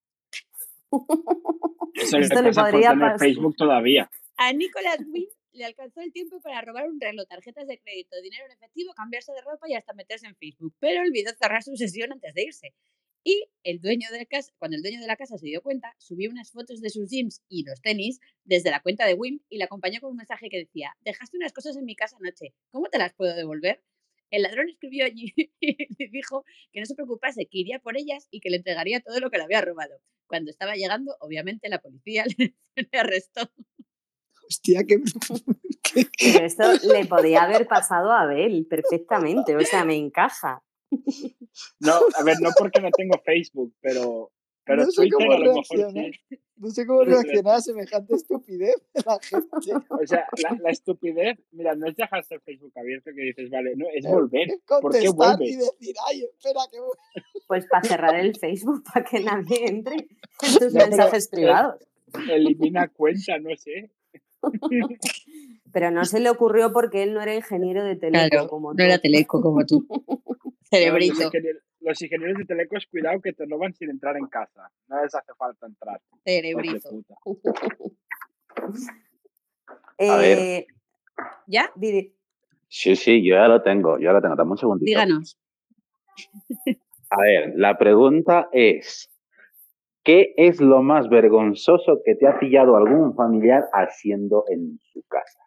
Eso le Esto le pasa por podría tener pas- Facebook todavía. A Nicholas Wynn le alcanzó el tiempo para robar un reloj, tarjetas de crédito, dinero en efectivo, cambiarse de ropa y hasta meterse en Facebook, pero olvidó cerrar su sesión antes de irse. Y el dueño de la casa, cuando el dueño de la casa se dio cuenta, subió unas fotos de sus jeans y los tenis desde la cuenta de Wynn y la acompañó con un mensaje que decía: dejaste unas cosas en mi casa anoche, ¿cómo te las puedo devolver? El ladrón escribió allí y le dijo que no se preocupase, que iría por ellas y que le entregaría todo lo que le había robado. Cuando estaba llegando, obviamente la policía le, le arrestó. Hostia, que. Pero esto le podía haber pasado a Abel perfectamente. O sea, me encaja. No, a ver, no porque no tengo Facebook, pero, pero No sé Twitter cómo a lo mejor reaccionar. sí. No sé cómo Sí, sí, reaccionar a semejante estupidez de la gente. O sea, la, la estupidez, mira, no es dejarse el Facebook abierto que dices, vale, no, es Eh, volver. es ¿Por qué contestar vuelves? y decir, ay, espera, que voy. Pues para cerrar el Facebook, para que nadie entre en tus No, pero mensajes el- privados. Elimina cuenta, no sé. Pero no se le ocurrió porque él no era ingeniero de teleco Claro, como no tú. era teleco como tú. No, los, Cerebrito. ingenieros, los ingenieros de telecos, cuidado que te roban sin entrar en casa. No les hace falta entrar. Hijos de Cerebrito. puta. A ver. Eh, ¿Ya? Di- Sí, sí, yo ya lo tengo, yo ya lo tengo. Dame un segundito. Díganos. A ver, la pregunta es, ¿qué es lo más vergonzoso que te ha pillado algún familiar haciendo en su casa?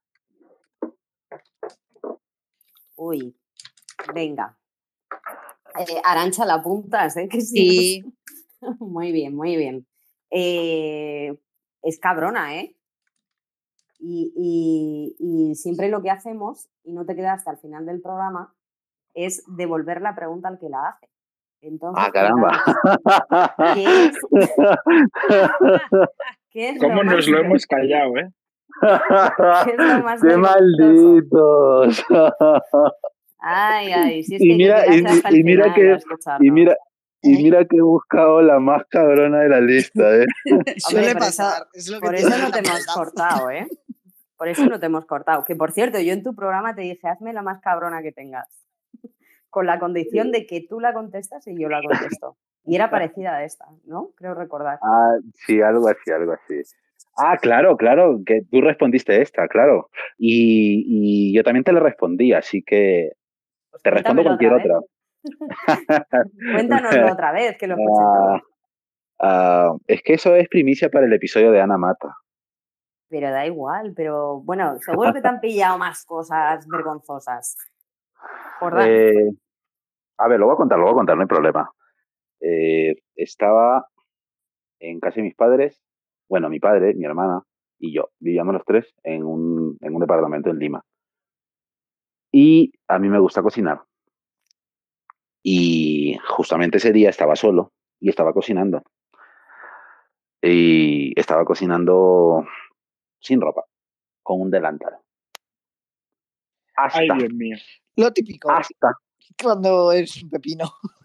Uy, venga. Eh, Arantxa, la apuntas, ¿eh? Que si Sí. no- Muy bien, muy bien. Eh, es cabrona, ¿eh? Y, y- y siempre lo que hacemos, y no te queda hasta el final del programa, es devolver la pregunta al que la hace. Entonces, Ah, caramba. cuéntanos, ¿qué es, qué es lo ¿Cómo más nos lo ver- hemos callado, eh? qué es lo más ¡Qué vergonzoso? malditos! Ay, ay, si es Y que hay que mira, y, quedarse hasta el y mira final que, a y escucharnos. mira, y mira que he buscado la más cabrona de la lista, ¿eh? Suele por eso- pasar. es lo que Por tiene eso no la te hemos maldad. cortado, ¿eh? Por eso no te hemos cortado. Que por cierto, yo en tu programa te dije, hazme la más cabrona que tengas. Con la condición de que tú la contestas y yo la contesto. Y era parecida a esta, ¿no? Creo recordar. Ah, sí, algo así, algo así. Ah, claro, claro, que tú respondiste esta, claro. Y, y yo también te la respondí, así que Pues te respondo cuéntamelo cualquier otra otra. Cuéntanoslo otra vez, que lo escuché Ah, todo. ah, es que eso es primicia para el episodio de Ana Mata. Pero da igual, pero bueno, seguro que te han pillado más cosas vergonzosas. Jordán. Eh, a ver, lo voy a contar, lo voy a contar, no hay problema. Eh, estaba en casa de mis padres, bueno, mi padre, mi hermana y yo, vivíamos los tres en un, en un departamento en Lima. Y a mí me gusta cocinar. Y justamente ese día estaba solo y estaba cocinando. Y estaba cocinando sin ropa, con un delantal. Hasta, Ay, Dios mío. Lo típico. hasta, Cuando es un pepino.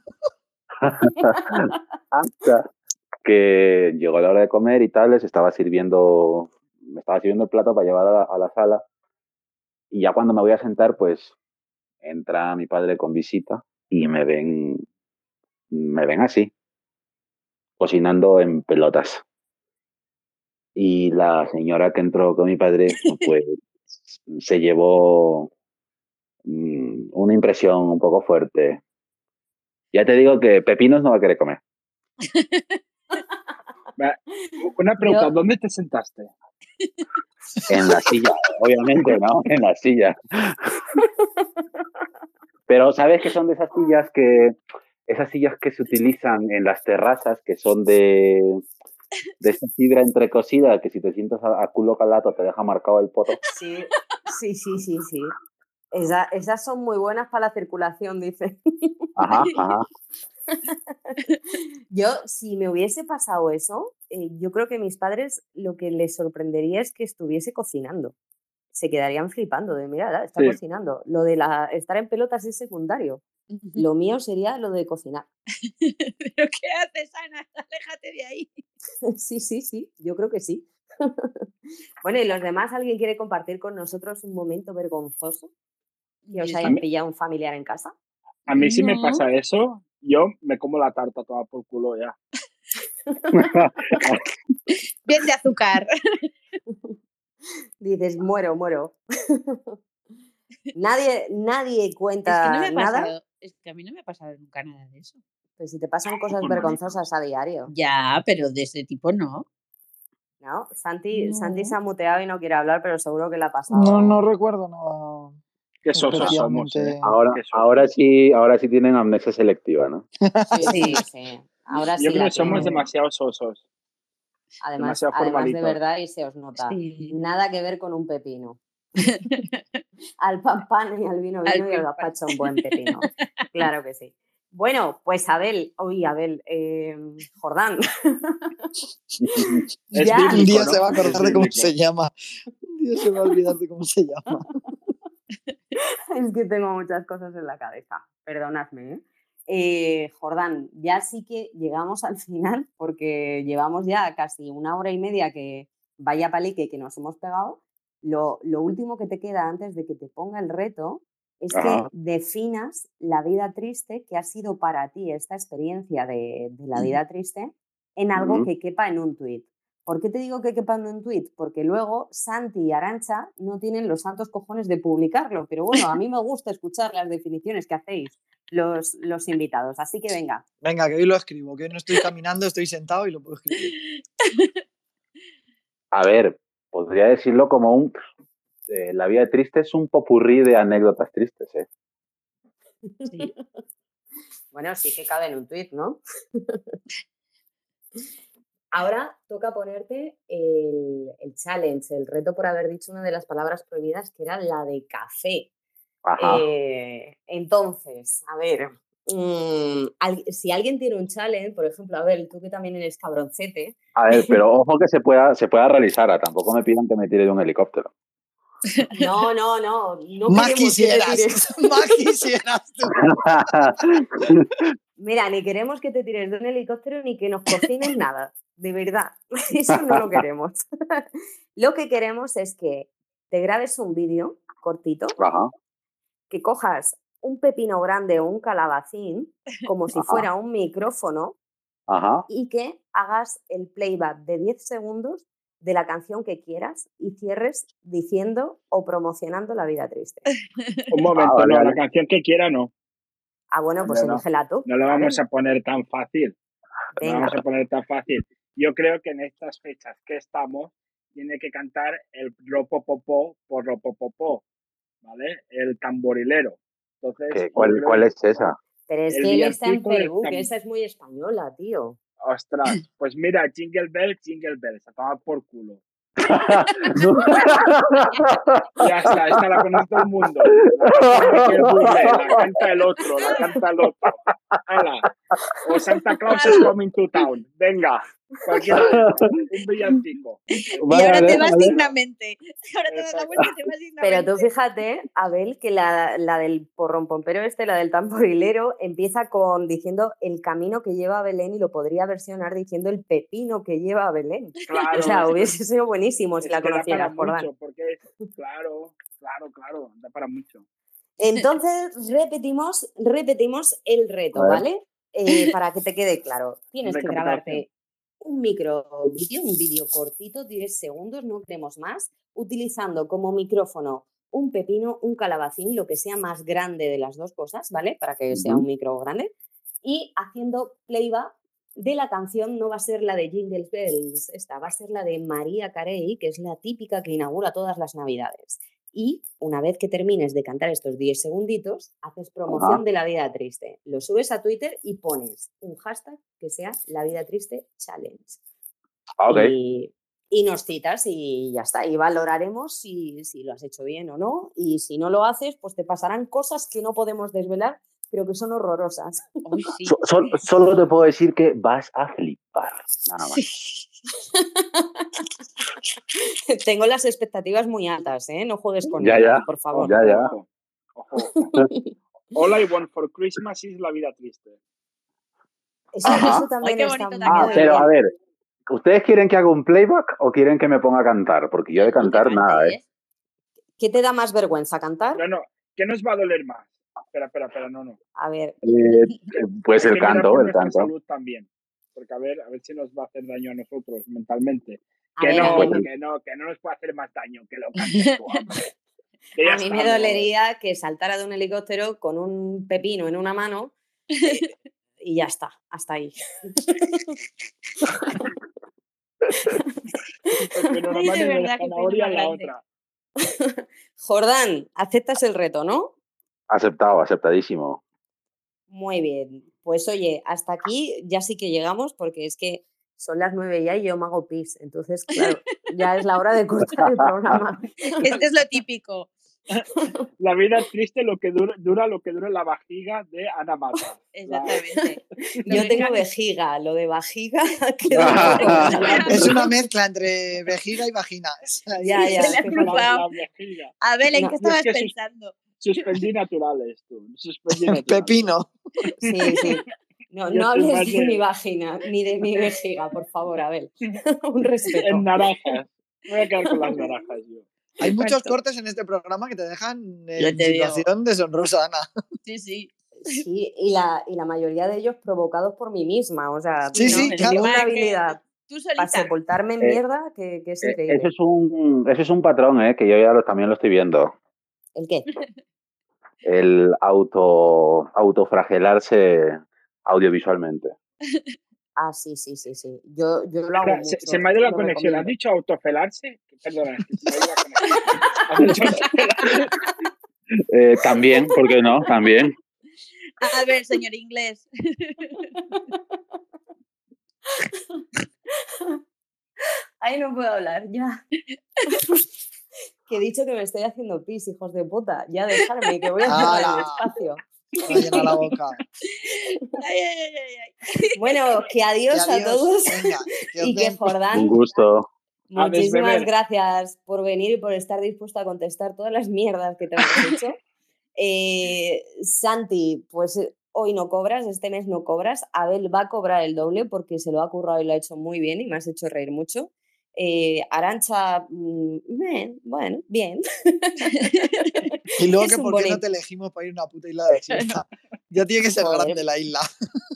hasta que llegó la hora de comer y tal, les estaba sirviendo, me estaba sirviendo el plato para llevar a la, a la sala. Y ya cuando me voy a sentar, pues entra mi padre con visita y me ven, me ven así, cocinando en pelotas. Y la señora que entró con mi padre, pues se llevó mm, una impresión un poco fuerte. Ya te digo que pepinos no va a querer comer. Va, Una pregunta, Yo- ¿dónde te sentaste? En la silla, obviamente, ¿no? En la silla. Pero ¿sabes qué son de esas sillas que, esas sillas que se utilizan en las terrazas, que son de, de esta fibra entrecocida, que si te sientas a, a culo calato te deja marcado el poto? Sí, sí, sí, sí, sí. Esa- esas son muy buenas para la circulación, dice. Ajá, ajá. Yo, si me hubiese pasado eso, eh, yo creo que mis padres lo que les sorprendería es que estuviese cocinando. Se quedarían flipando de, mira, está Sí. cocinando. Lo de la, estar en pelotas es secundario. Lo mío sería lo de cocinar. ¿Pero qué haces, Ana? Aléjate de ahí. Sí, sí, sí, yo creo que sí. Bueno, ¿y los demás alguien quiere compartir con nosotros un momento vergonzoso que os Yo haya sí. pillado un familiar en casa? A mí si me No. pasa eso, yo me como la tarta toda por culo ya. Bien de azúcar. Dices, muero, muero. nadie, nadie Es cuenta que no me ha nada, pasado. Es que a mí no me ha pasado nunca nada de eso. pero si te pasan cosas Pues, manito. vergonzosas a diario, Ya, pero de ese tipo no. ¿no? Santi, No. Santi se ha muteado y no quiere hablar, pero seguro que le ha pasado. No, no recuerdo nada. Qué sosos somos, Especialmente. ¿eh? Ahora, Qué sosos. ahora sí, ahora sí tienen amnesia selectiva, ¿no? Sí, sí, Sí. sí. Ahora Yo sí creo la que somos tiene. demasiado sosos. Además, demasiado además de formalitos. verdad y se os nota. Sí. Nada que ver con un pepino. Al pan pan y al vino Al vino y al pan, pan. gazpacho un buen pepino. Claro que sí. Bueno, pues Abel, oye Abel, eh, Jordán. Es ya, Un bíblico, día ¿no? se va a Es acordar de cómo bíblico. se llama. Un día se va a olvidar de cómo se llama. es que tengo muchas cosas en la cabeza. Perdonadme, ¿eh? Eh, Jordán, ya sí que llegamos al final porque llevamos ya casi una hora y media que vaya palique que nos hemos pegado. Lo, lo último que te queda antes de que te ponga el reto es Ajá. que definas la vida triste que ha sido para ti esta experiencia de, de la vida triste en algo Ujú. que quepa en un tuit. ¿Por qué te digo que quepan en un tuit? Porque luego Santi y Arantxa no tienen los santos cojones de publicarlo, pero bueno, a mí me gusta escuchar las definiciones que hacéis los, los invitados, así que venga. Venga, que hoy lo escribo, que hoy no estoy caminando, estoy sentado y lo puedo escribir. A ver, podría decirlo como un... eh, la vida triste es un popurrí de anécdotas tristes, ¿eh? Sí. Bueno, sí que cabe en un tuit, ¿no? Ahora toca ponerte el, el challenge, el reto por haber dicho una de las palabras prohibidas, que era la de café. Ajá. Eh, entonces, a ver, mmm, al, si alguien tiene un challenge, por ejemplo, a ver, tú que también eres cabroncete. A ver, pero ojo que se pueda, se pueda realizar, ¿a? Tampoco me pidan que me tire de un helicóptero. No, no, no. no más queremos que te quisieras, tires. más quisieras tú. Mira, ni queremos que te tires de un helicóptero ni que nos cocines nada, de verdad. Eso no lo queremos. Lo que queremos es que te grabes un vídeo cortito, Ajá. que cojas un pepino grande o un calabacín, como si Ajá. fuera un micrófono, Ajá. y que hagas el playback de diez segundos de la canción que quieras y cierres diciendo o promocionando La vida triste. Un momento, Ah, vale, no, vale. la canción que quiera no. Ah, bueno, pues No, no. elígela tú. No lo ¿vale? vamos a poner tan fácil. No Venga. vamos a poner tan fácil. Yo creo que en estas fechas que estamos, tiene que cantar el ropopopó por ropopopó, ¿vale? El tamborilero. Entonces, ¿Qué? yo ¿Cuál, creo ¿Cuál es esa? Pero es el que él está en villancico del Perú, tam- que esa es muy española, tío. Ostras, pues mira, Jingle Bell, Jingle Bell, se acaba por culo. No. Ya está, esta la conoce todo el mundo. La canta Michael Bublé, la canta el otro, la canta el otro. ¡Hala! O Santa Claus is coming to town. Venga, cualquiera de estos. Un villancico. Y Vale, ahora vale, te vas vale. dignamente. Ahora te das la vuelta y te vas dignamente. Pero tú fíjate, Abel, que la, la del porrompompero este, la del tamborilero, empieza con diciendo el camino que lleva a Belén y lo podría versionar diciendo el pepino que lleva a Belén. Claro, O sea, es que- hubiese sido buenísimo si es la que da para conocieras, Jordán. mucho, porque claro, claro, claro, da para mucho. Entonces, repetimos, repetimos el reto, A ver. ¿vale? Eh, para que te quede claro. Tienes que Recapitulación. grabarte un micro vídeo, un vídeo cortito, diez segundos, no queremos más, utilizando como micrófono un pepino, un calabacín, lo que sea más grande de las dos cosas, ¿vale? Para que sea Ujú. un micro grande. Y haciendo playback de la canción, no va a ser la de Jingle Bells, esta va a ser la de María Carey, que es la típica que inaugura todas las navidades. Y una vez que termines de cantar estos diez segunditos, haces promoción Ajá. de La vida triste. Lo subes a Twitter y pones un hashtag que sea La vida triste challenge. Ah, ok. Y, y nos citas y ya está. Y valoraremos si, si lo has hecho bien o no. Y si no lo haces, pues te pasarán cosas que no podemos desvelar, pero que son horrorosas. Uy, sí. So- sol- solo te puedo decir que vas a flipar. Nada más. Tengo las expectativas muy altas, ¿eh? No juegues con Ya, ellas, ya. por favor. Ya, ya. Ojo, ojo, ojo. All I want for Christmas is La vida triste. Eso, Ajá. eso también Ay, qué está bonito te Ah, muy pero bien. a ver, ¿ustedes quieren que haga un playback o quieren que me ponga a cantar? Porque yo de cantar nada, ¿eh? ¿Qué te da más vergüenza, cantar? No, no, ¿qué nos va a doler más? Espera, espera, espera, no, no. A ver, Eh, Pues Hay el que mirar canto, por el nuestra canto. salud también. Porque a ver, a ver si nos va a hacer daño a nosotros mentalmente. a Que ver, no, a Pues mí, el- que no, que no nos puede hacer más daño que lo cantes tú, hombre. Que ya a mí me estamos. dolería que saltara de un helicóptero con un pepino en una mano eh, y ya está, hasta ahí. Porque no Ay, nos de manden la verdad, qué pena zanahoria más en la grande. otra. Jordán, aceptas el reto, ¿no? Aceptado, aceptadísimo. Muy bien. Pues oye, hasta aquí ya sí que llegamos porque es que son las nueve ya y yo me hago pis. Entonces, claro, ya es la hora de cortar el programa. Este es lo típico. La vida triste lo que dura, dura lo que dura la vagiga de Ana Mata. La- Exactamente. Yo Lo tengo que- vejiga, lo de vajiga queda un poco raro. Es una mezcla entre vejiga y vagina. Es ahí. Ya, ya, Se le ha fíjate. la, la vejiga. Abel, ¿en No, qué y es estabas que sus- pensando? Suspendí naturales, tú. Suspendí naturales. Pepino. Sí, sí. No, Yo no soy hables más de de- mi vagina ni de mi vejiga, por favor, Abel. Un respeto. En naranjas. Me voy a quedar con las naranjas yo. Hay muchos Exacto. cortes en este programa que te dejan Yo en te digo. situación deshonrosa, Ana. Sí, sí. Sí, y la, y la mayoría de ellos provocados por mí misma. O sea, Sí, no sí, tengo claro. una Encima que- habilidad Tú Para solita. sepultarme en Eh, mierda, que, que es Eh, increíble. Eso es un, eso es un patrón, ¿eh? Que yo ya lo, también lo estoy viendo. ¿El qué? El auto, autofragelarse audiovisualmente. Ah, sí, sí, sí, sí. Yo, yo lo hago Ahora, mucho. se, se me ha ido la lo conexión. ¿Has recomiendo. dicho autofelarse? Perdona, es que se me ha ido la conexión. ¿Has dicho autofelarse? Eh, también, ¿por qué no? También. A ver, señor inglés. Ay, no puedo hablar, ya. Que he dicho que me estoy haciendo pis, hijos de puta. Ya dejarme, que voy a cerrar el ¡Hala! espacio. Me ha llenado la boca. Ay, ay, ay, ay, ay. Bueno, que Que adiós a adiós. todos. Venga, que os Y que den. Un Jordán, gusto. A muchísimas desbeber. gracias por venir y por estar dispuesta a contestar todas las mierdas que te hemos hecho. Eh, Santi, pues eh, hoy no cobras, este mes no cobras. Abel va a cobrar el doble porque se lo ha currado y lo ha hecho muy bien y me has hecho reír mucho. Eh, Arantxa, mm, bien, bueno, bien. Y luego Es que un por qué no bonito. te elegimos para ir a una puta isla desierta. Ya tiene que ser Joder. grande la isla.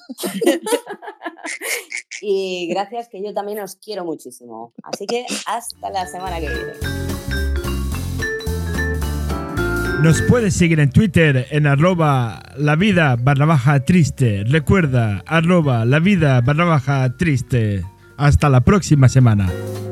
Y gracias, que yo también os quiero muchísimo. Así que hasta la semana que viene. Nos puedes seguir en Twitter en arroba la vida barra baja triste. Recuerda, arroba la vida barra baja triste. Hasta la próxima semana.